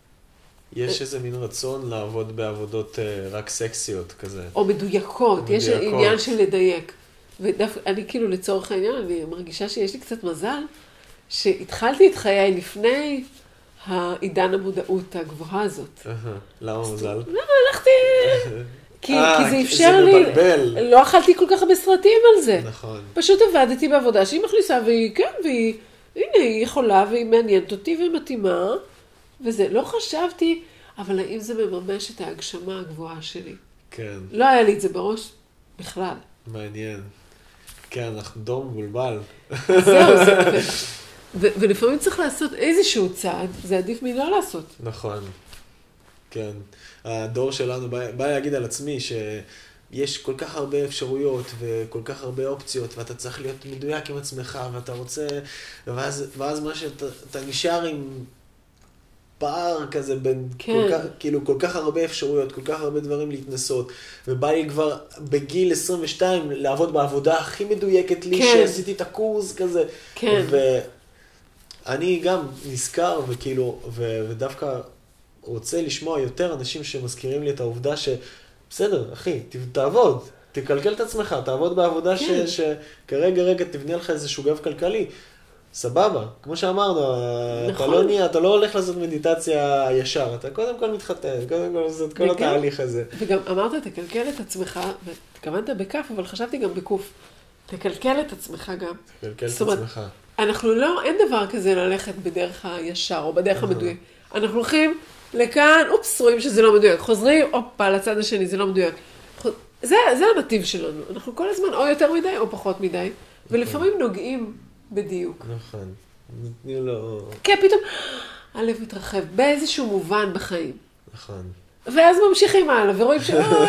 [SPEAKER 1] יש איזה מין רצון לעבוד בעבודות רק סקסיות כזה.
[SPEAKER 2] או מדויקות, יש עניין של לדייק. ואני כאילו לצורך העניין, אני מרגישה שיש לי קצת מזל, שהתחלתי את חיי לפני העידן המודעות הגבוהה הזאת.
[SPEAKER 1] למה מזל?
[SPEAKER 2] למה הלכתי... כי זה אפשר
[SPEAKER 1] זה
[SPEAKER 2] לי...
[SPEAKER 1] מבלבל.
[SPEAKER 2] לא אכלתי כל כך הרבה סרטים על זה.
[SPEAKER 1] נכון.
[SPEAKER 2] פשוט עבדתי בעבודה שהיא מכניסה, והיא כן, והיא... הנה, היא יכולה והיא מעניינת אותי ומתאימה, וזה, לא חשבתי, אבל האם זה מממש את ההגשמה הגבוהה שלי?
[SPEAKER 1] כן.
[SPEAKER 2] לא היה לי את זה בראש בכלל.
[SPEAKER 1] מעניין. כן, אנחנו דור מבולבל.
[SPEAKER 2] זהו, זה... ולפעמים צריך לעשות איזשהו צעד, זה עדיף מלא לעשות.
[SPEAKER 1] נכון. כן. הדור שלנו בא להגיד על עצמי שיש כל כך הרבה אפשרויות וכל כך הרבה אופציות, ואתה צריך להיות מדויק עם עצמך, ואתה רוצה... ואז מה שאתה נשאר עם פער כזה בין כל כך הרבה אפשרויות, כל כך הרבה דברים להתנסות, ובא לי כבר בגיל 22 לעבוד בעבודה הכי מדויקת לי, שעשיתי את הקורס כזה.
[SPEAKER 2] כן.
[SPEAKER 1] ואני גם נזכר ודווקא רוצה לשמוע יותר אנשים שמזכירים לי את העובדה בסדר, אחי, תעבוד, תקלקל את עצמך, תעבוד בעבודה שכרגע תבנה לך איזשהו גב כלכלי. סבבה, כמו שאמרנו, נכון. אתה לא הולך לעשות מדיטציה ישר, אתה קודם כל מתחתן, קודם כל לעשות כל התהליך הזה.
[SPEAKER 2] וגם אמרת, תקלקל את עצמך, והתכוונת בכף, אבל חשבתי גם בקוף. תקלקל את עצמך גם.
[SPEAKER 1] תקלקל את עצמך.
[SPEAKER 2] אנחנו לא, אין דבר כזה ללכת בדרך הישר, או בדרך המדויק. אנחנו הולכים לכאן, רואים שזה לא מדויק. חוזרים, לצד השני, זה לא מדויק. זה הנתיב שלנו. אנחנו כל הזמן או יותר מדי, או פחות מדי. ולפעמים נוגעים בדיוק.
[SPEAKER 1] נכון. נתנו לו...
[SPEAKER 2] כן, פתאום הלב מתרחב באיזשהו מובן בחיים.
[SPEAKER 1] נכון.
[SPEAKER 2] ואז ממשיכים הלאה, ורואים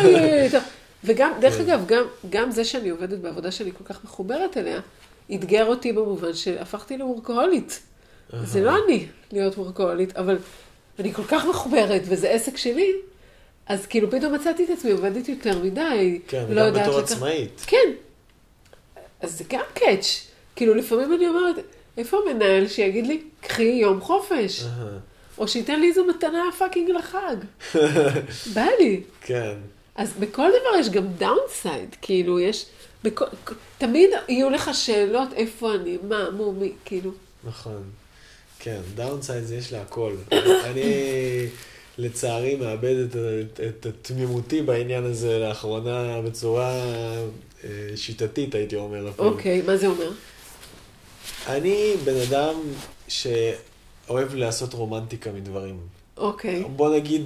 [SPEAKER 2] וגם, דרך אגב, גם זה שאני עובדת בעבודה שאני כל כך מחוברת אליה, התגר אותי במובן שהפכתי לוורקהולית. זה לא אני להיות וורקהולית, אבל אני כל כך מחוברת, וזה עסק שלי, אז כאילו פתאום מצאתי את עצמי, עובדת יותר מדי.
[SPEAKER 1] כן, וגם בתור עצמאית.
[SPEAKER 2] כן. אז זה גם קאץ'. כאילו לפעמים אני אומרת, איפה המנהל שיגיד לי, קחי יום חופש? או שייתן לי איזו מתנה פאקינג לחג. בא לי.
[SPEAKER 1] כן.
[SPEAKER 2] אז בכל דבר יש גם דאונסייד, כאילו יש, תמיד יהיו לך שאלות איפה אני, מה, מי, כאילו.
[SPEAKER 1] נכון. כן, דאונסייד זה יש להכל. אני לצערי מאבד את התמימותי בעניין הזה לאחרונה בצורה שיטתית, הייתי אומר אפילו.
[SPEAKER 2] אוקיי, מה זה אומר?
[SPEAKER 1] אני בן אדם שאוהב לעשות רומנטיקה מדברים.
[SPEAKER 2] אוקיי.
[SPEAKER 1] בוא נגיד,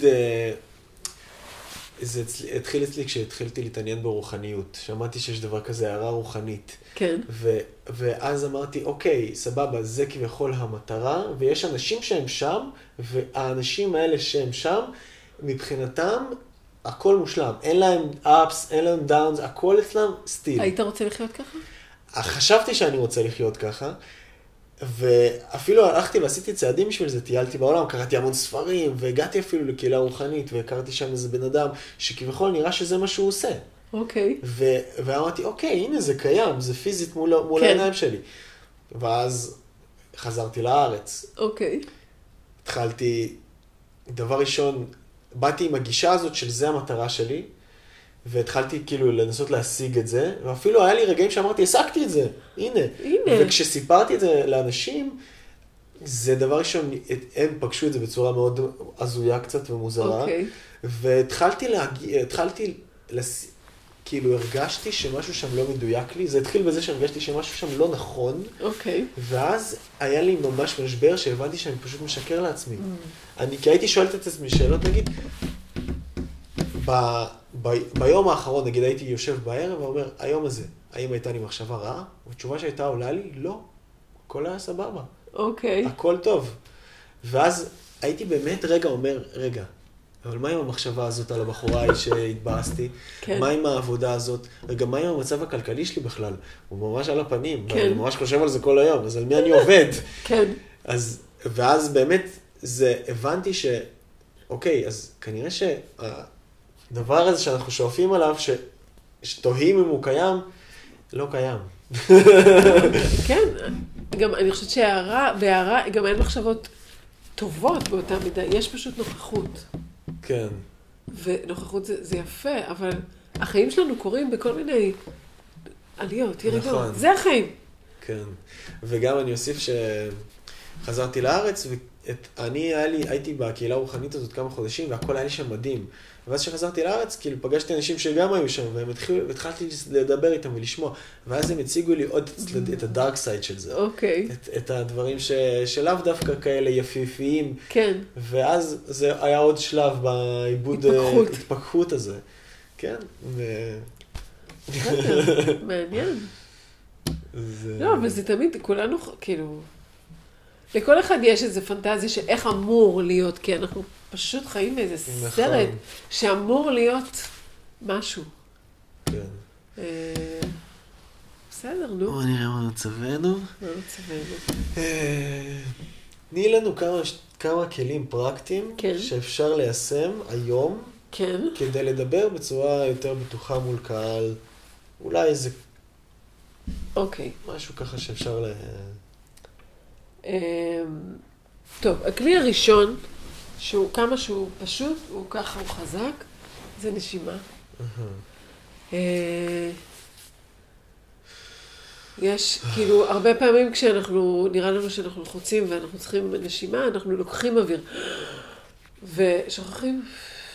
[SPEAKER 1] זה התחיל אצלי כשהתחילתי להתעניין ברוחניות. שמעתי שיש דבר כזה, הערה רוחנית.
[SPEAKER 2] כן.
[SPEAKER 1] ואז אמרתי, אוקיי, סבבה, זה כביכול המטרה, ויש אנשים שהם שם, והאנשים האלה שהם שם, מבחינתם, הכל מושלם. אין להם ups, אין להם downs, הכל אצלם סטיל.
[SPEAKER 2] היית רוצה לחיות ככה?
[SPEAKER 1] חשבתי שאני רוצה לחיות ככה, ואפילו הלכתי ועשיתי צעדים בשביל זה, טיילתי בעולם, קראתי המון ספרים, והגעתי אפילו לקהילה רוחנית, והכרתי שם איזה בן אדם, שכביכול נראה שזה מה שהוא עושה.
[SPEAKER 2] אוקיי.
[SPEAKER 1] ואמרתי, אוקיי, הנה זה קיים, זה פיזית מול העיניים שלי. ואז חזרתי לארץ.
[SPEAKER 2] אוקיי.
[SPEAKER 1] התחלתי, דבר ראשון, באתי עם הגישה הזאת של זה המטרה שלי, והתחלתי כאילו לנסות להשיג את זה, ואפילו היה לי רגעים שאמרתי, השגתי את זה, הנה. וכשסיפרתי את זה לאנשים, זה דבר ראשון, הם פגשו את זה בצורה מאוד הזויה קצת ומוזרה, והתחלתי כאילו הרגשתי שמשהו שם לא מדויק לי, זה התחיל בזה שהרגשתי שמשהו שם לא נכון,
[SPEAKER 2] אוקיי.
[SPEAKER 1] ואז היה לי ממש משבר שהבנתי שאני פשוט משקר לעצמי. כי הייתי שואלת את עצמי שאלות, נגיד, ביום האחרון, נגיד, הייתי יושב בערב ואומר, היום הזה, האם הייתה לי מחשבה רעה? והתשובה שהייתה עולה לי, לא. הכל היה סבבה.
[SPEAKER 2] אוקיי.
[SPEAKER 1] הכל טוב. ואז הייתי באמת אומר, רגע, אבל מה עם המחשבה הזאת על הבחורה ההיא שהתבאסתי?
[SPEAKER 2] כן.
[SPEAKER 1] מה עם העבודה הזאת? רגע, מה עם המצב הכלכלי שלי בכלל? הוא ממש על הפנים.
[SPEAKER 2] כן.
[SPEAKER 1] ואני ממש חושב על זה כל היום, אז על מי אני עובד?
[SPEAKER 2] כן.
[SPEAKER 1] ואז באמת, הבנתי אוקיי, אז כנראה שהדבר הזה שאנחנו שואפים עליו, שתוהים אם הוא קיים, לא קיים.
[SPEAKER 2] כן, גם אני חושבת בהערה, גם אין מחשבות טובות באותה מידה, יש פשוט נוכחות.
[SPEAKER 1] כן.
[SPEAKER 2] ונוכחות זה יפה, אבל החיים שלנו קורים בכל מיני עליות, ירידות.
[SPEAKER 1] נכון.
[SPEAKER 2] זה החיים.
[SPEAKER 1] כן. וגם אני אוסיף שחזרתי לארץ, הייתי בקהילה הרוחנית הזאת כמה חודשים, והכל היה לי שם מדהים. ואז כשחזרתי לארץ, כאילו פגשתי אנשים שגם היו שם, והתחלתי לדבר איתם ולשמוע. ואז הם הציגו לי עוד את הדארק סייד של זה.
[SPEAKER 2] אוקיי.
[SPEAKER 1] את הדברים שלאו דווקא כאלה יפיפיים.
[SPEAKER 2] כן.
[SPEAKER 1] ואז זה היה עוד שלב בעיבוד התפכחות הזה. כן.
[SPEAKER 2] מעניין. לא, אבל זה תמיד, כולנו, כאילו, לכל אחד יש איזו פנטזיה שאיך אמור להיות, כי אנחנו פשוט חיים באיזה סרט שאמור להיות משהו.
[SPEAKER 1] כן.
[SPEAKER 2] בסדר, נו.
[SPEAKER 1] בואו נראה מה מצבנו.
[SPEAKER 2] מה מצבנו?
[SPEAKER 1] תני לנו כמה כלים פרקטיים שאפשר ליישם היום, כדי לדבר בצורה יותר בטוחה מול קהל. אולי איזה...
[SPEAKER 2] אוקיי.
[SPEAKER 1] משהו ככה שאפשר
[SPEAKER 2] טוב, הכלי הראשון, כמה שהוא פשוט, הוא ככה, הוא חזק, זה נשימה. יש, כאילו, הרבה פעמים נראה לנו שאנחנו לחוצים ואנחנו צריכים נשימה, אנחנו לוקחים אוויר. ושוכחים.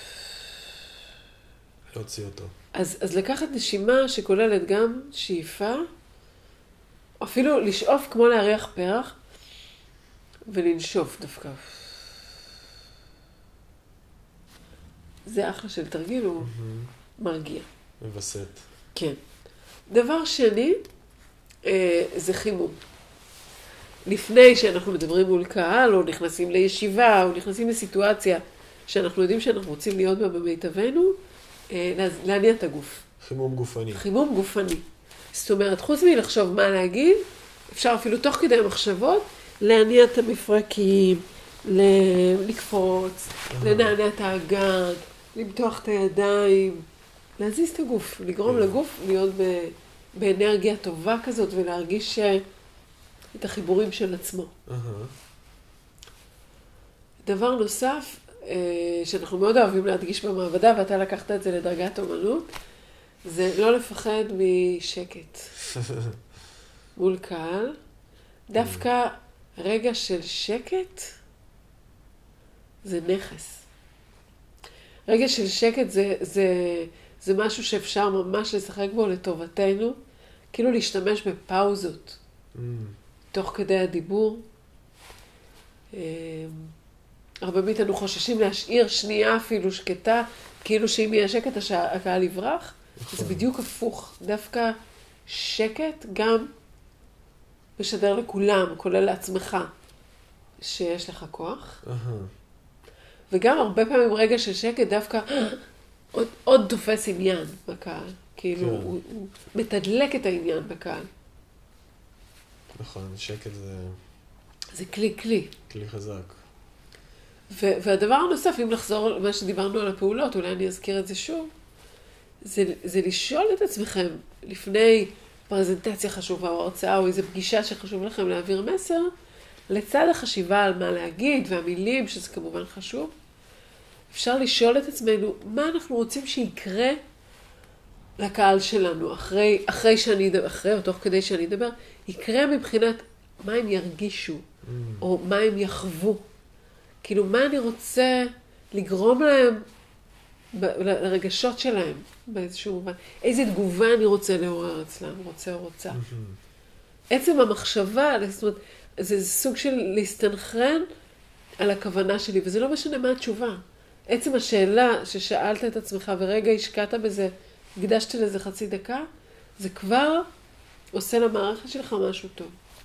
[SPEAKER 1] להוציא אותו.
[SPEAKER 2] אז לקחת נשימה שכוללת גם שאיפה, אפילו לשאוף כמו להריח פרח, ולנשוף דווקא. זה אחלה של תרגיל, הוא מרגיע.
[SPEAKER 1] מבסט.
[SPEAKER 2] כן. דבר שני, זה חימום. לפני שאנחנו מדברים מול קהל, או נכנסים לישיבה, או נכנסים לסיטואציה שאנחנו יודעים שאנחנו רוצים להיות בה במיטבנו, להניע את הגוף.
[SPEAKER 1] חימום גופני.
[SPEAKER 2] חימום גופני. זאת אומרת, חוץ מלחשוב מה להגיד, אפשר אפילו תוך כדי המחשבות, להניע את המפרקים, לקפוץ, לנענע את האגן, למתוח את הידיים, להזיז את הגוף, לגרום לגוף להיות באנרגיה טובה כזאת ולהרגיש את החיבורים של עצמו. דבר נוסף, שאנחנו מאוד אוהבים להדגיש במעבדה, ואתה לקחת את זה לדרגת אומנות, זה לא לפחד משקט. מול קהל, דווקא רגע של שקט זה נכס. רגע של שקט זה משהו שאפשר ממש לשחק בו לטובתנו, כאילו להשתמש בפאוזות, תוך כדי הדיבור. הרבה מאיתנו חוששים להשאיר שנייה אפילו שקטה, כאילו שאם יהיה שקט הקהל יברח. זה בדיוק הפוך. דווקא שקט גם משדר לכולם, כולל לעצמך, שיש לך כוח. וגם הרבה פעמים רגע של שקט דווקא עוד תופס עניין בקהל. כאילו הוא מתדלק את העניין בקהל.
[SPEAKER 1] נכון, שקט זה...
[SPEAKER 2] זה כלי.
[SPEAKER 1] כלי חזק.
[SPEAKER 2] והדבר הנוסף, אם לחזור למה שדיברנו על הפעולות, אולי אני אזכיר את זה שוב, זה לשאול את עצמכם, לפני פרזנטציה חשובה או הרצאה, או איזו פגישה שחשוב לכם להעביר מסר, לצד החשיבה על מה להגיד והמילים, שזה כמובן חשוב, אפשר לשאול את עצמנו, מה אנחנו רוצים שיקרה לקהל שלנו, אחרי שאני אדבר, אחרי או תוך כדי שאני אדבר, יקרה מבחינת מה הם ירגישו, או מה הם יחוו. כאילו, מה אני רוצה לגרום להם לרגשות שלהם באיזשהו מובן. איזה תגובה אני רוצה לעורר אצלם, רוצה או רוצה. עצם המחשבה, זאת אומרת, זה סוג של להסתנכרן על הכוונה שלי, וזה לא משנה מה התשובה. עצם השאלה ששאלת את עצמך ורגע השקעת בזה, הקדשת לזה חצי דקה, זה כבר עושה למערכת שלך משהו טוב.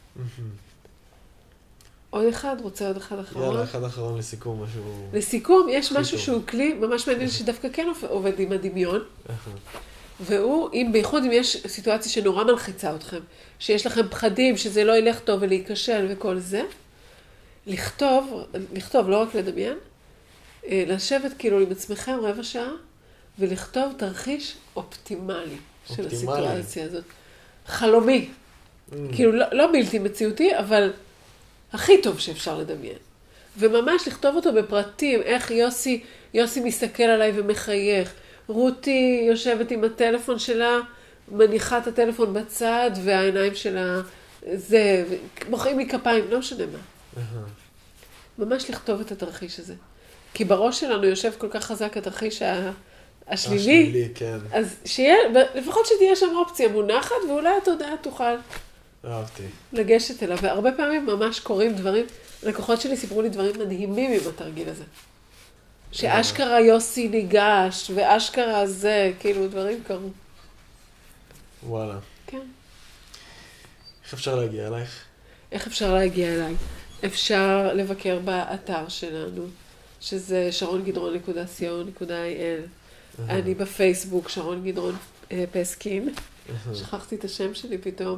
[SPEAKER 2] עוד אחד, רוצה עוד אחד אחרון?
[SPEAKER 1] יאללה, אחד אחרון לסיכום, משהו...
[SPEAKER 2] לסיכום, יש משהו שהוא כלי ממש מעניין שדווקא כן עובד עם הדמיון. והוא, בייחוד אם יש סיטואציה שנורא מלחיצה אתכם, שיש לכם פחדים, שזה לא ילך טוב ולהיכשל וכל זה, לכתוב, לא רק לדמיין, לשבת כאילו עם עצמכם רבע שעה, ולכתוב תרחיש אופטימלי של הסיטואציה הזאת. חלומי. כאילו לא בלתי מציאותי, אבל הכי טוב שאפשר לדמיין. וממש לכתוב אותו בפרטים, איך יוסי מסתכל עליי ומחייך. רותי יושבת עם הטלפון שלה, מניחה את הטלפון בצד, והעיניים שלה, מוחאים לי כפיים, לא משנה מה. ממש לכתוב את התרחיש הזה. כי בראש שלנו יושב כל כך חזק התרחיש השלילי,
[SPEAKER 1] כן.
[SPEAKER 2] אז לפחות שתהיה שם אופציה מונחת, ואולי התודעה תוכל לגשת אליו. והרבה פעמים ממש קורים דברים, לקוחות שלי סיפרו לי דברים מדהימים עם התרגיל הזה. שאשכרה יוסי ניגש, ואשכרה זה, כאילו דברים קרו.
[SPEAKER 1] וואלה.
[SPEAKER 2] כן.
[SPEAKER 1] איך אפשר להגיע אלייך?
[SPEAKER 2] איך אפשר להגיע אליי? אפשר לבקר באתר שלנו, שזה sharongidron.co.il. אני בפייסבוק, שרון גדרון פסקין. שכחתי את השם שלי פתאום.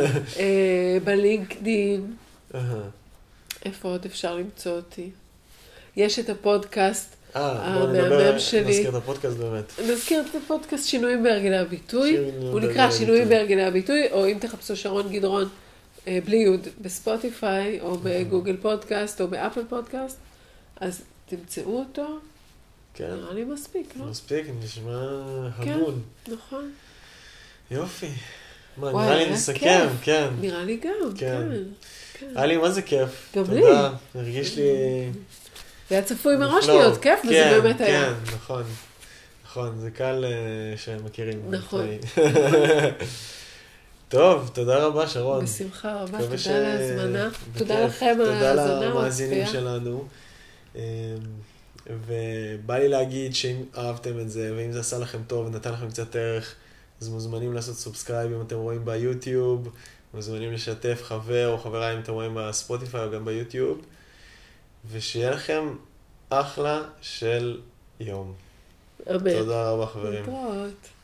[SPEAKER 2] בלינקדין. איפה עוד אפשר למצוא אותי? יש את הפודקאסט המהמם שלי.
[SPEAKER 1] נזכיר את הפודקאסט באמת.
[SPEAKER 2] נזכיר את הפודקאסט שינויים בהרגלי הביטוי. הוא נקרא שינויים בהרגלי הביטוי, או אם תחפשו שרון גדרון בלי יוד בספוטיפיי, או בגוגל פודקאסט, או באפל פודקאסט, אז תמצאו אותו.
[SPEAKER 1] כן.
[SPEAKER 2] נראה לי מספיק, לא?
[SPEAKER 1] מספיק, נשמע הגון.
[SPEAKER 2] כן, נכון.
[SPEAKER 1] יופי. מה, נראה לי נסכם, כן.
[SPEAKER 2] נראה לי גם, כן.
[SPEAKER 1] היה לי מה זה כיף.
[SPEAKER 2] גם לי.
[SPEAKER 1] תודה, הרגיש לי...
[SPEAKER 2] זה היה צפוי מראש להיות כיף, וזה באמת היה.
[SPEAKER 1] כן, נכון. נכון, זה קל שמכירים.
[SPEAKER 2] נכון.
[SPEAKER 1] טוב, תודה רבה, שרון.
[SPEAKER 2] בשמחה רבה, תודה על ההזמנה. תודה לכם על ההזנה.
[SPEAKER 1] תודה למאזינים שלנו. ובא לי להגיד שאם אהבתם את זה, ואם זה עשה לכם טוב ונתן לכם קצת ערך, אז מוזמנים לעשות סובסקרייב אם אתם רואים ביוטיוב, מוזמנים לשתף חבר או חברה אם אתם רואים בספוטיפיי או גם ביוטיוב, ושיהיה לכם אחלה של יום.
[SPEAKER 2] אמן.
[SPEAKER 1] תודה רבה חברים.
[SPEAKER 2] להתראות.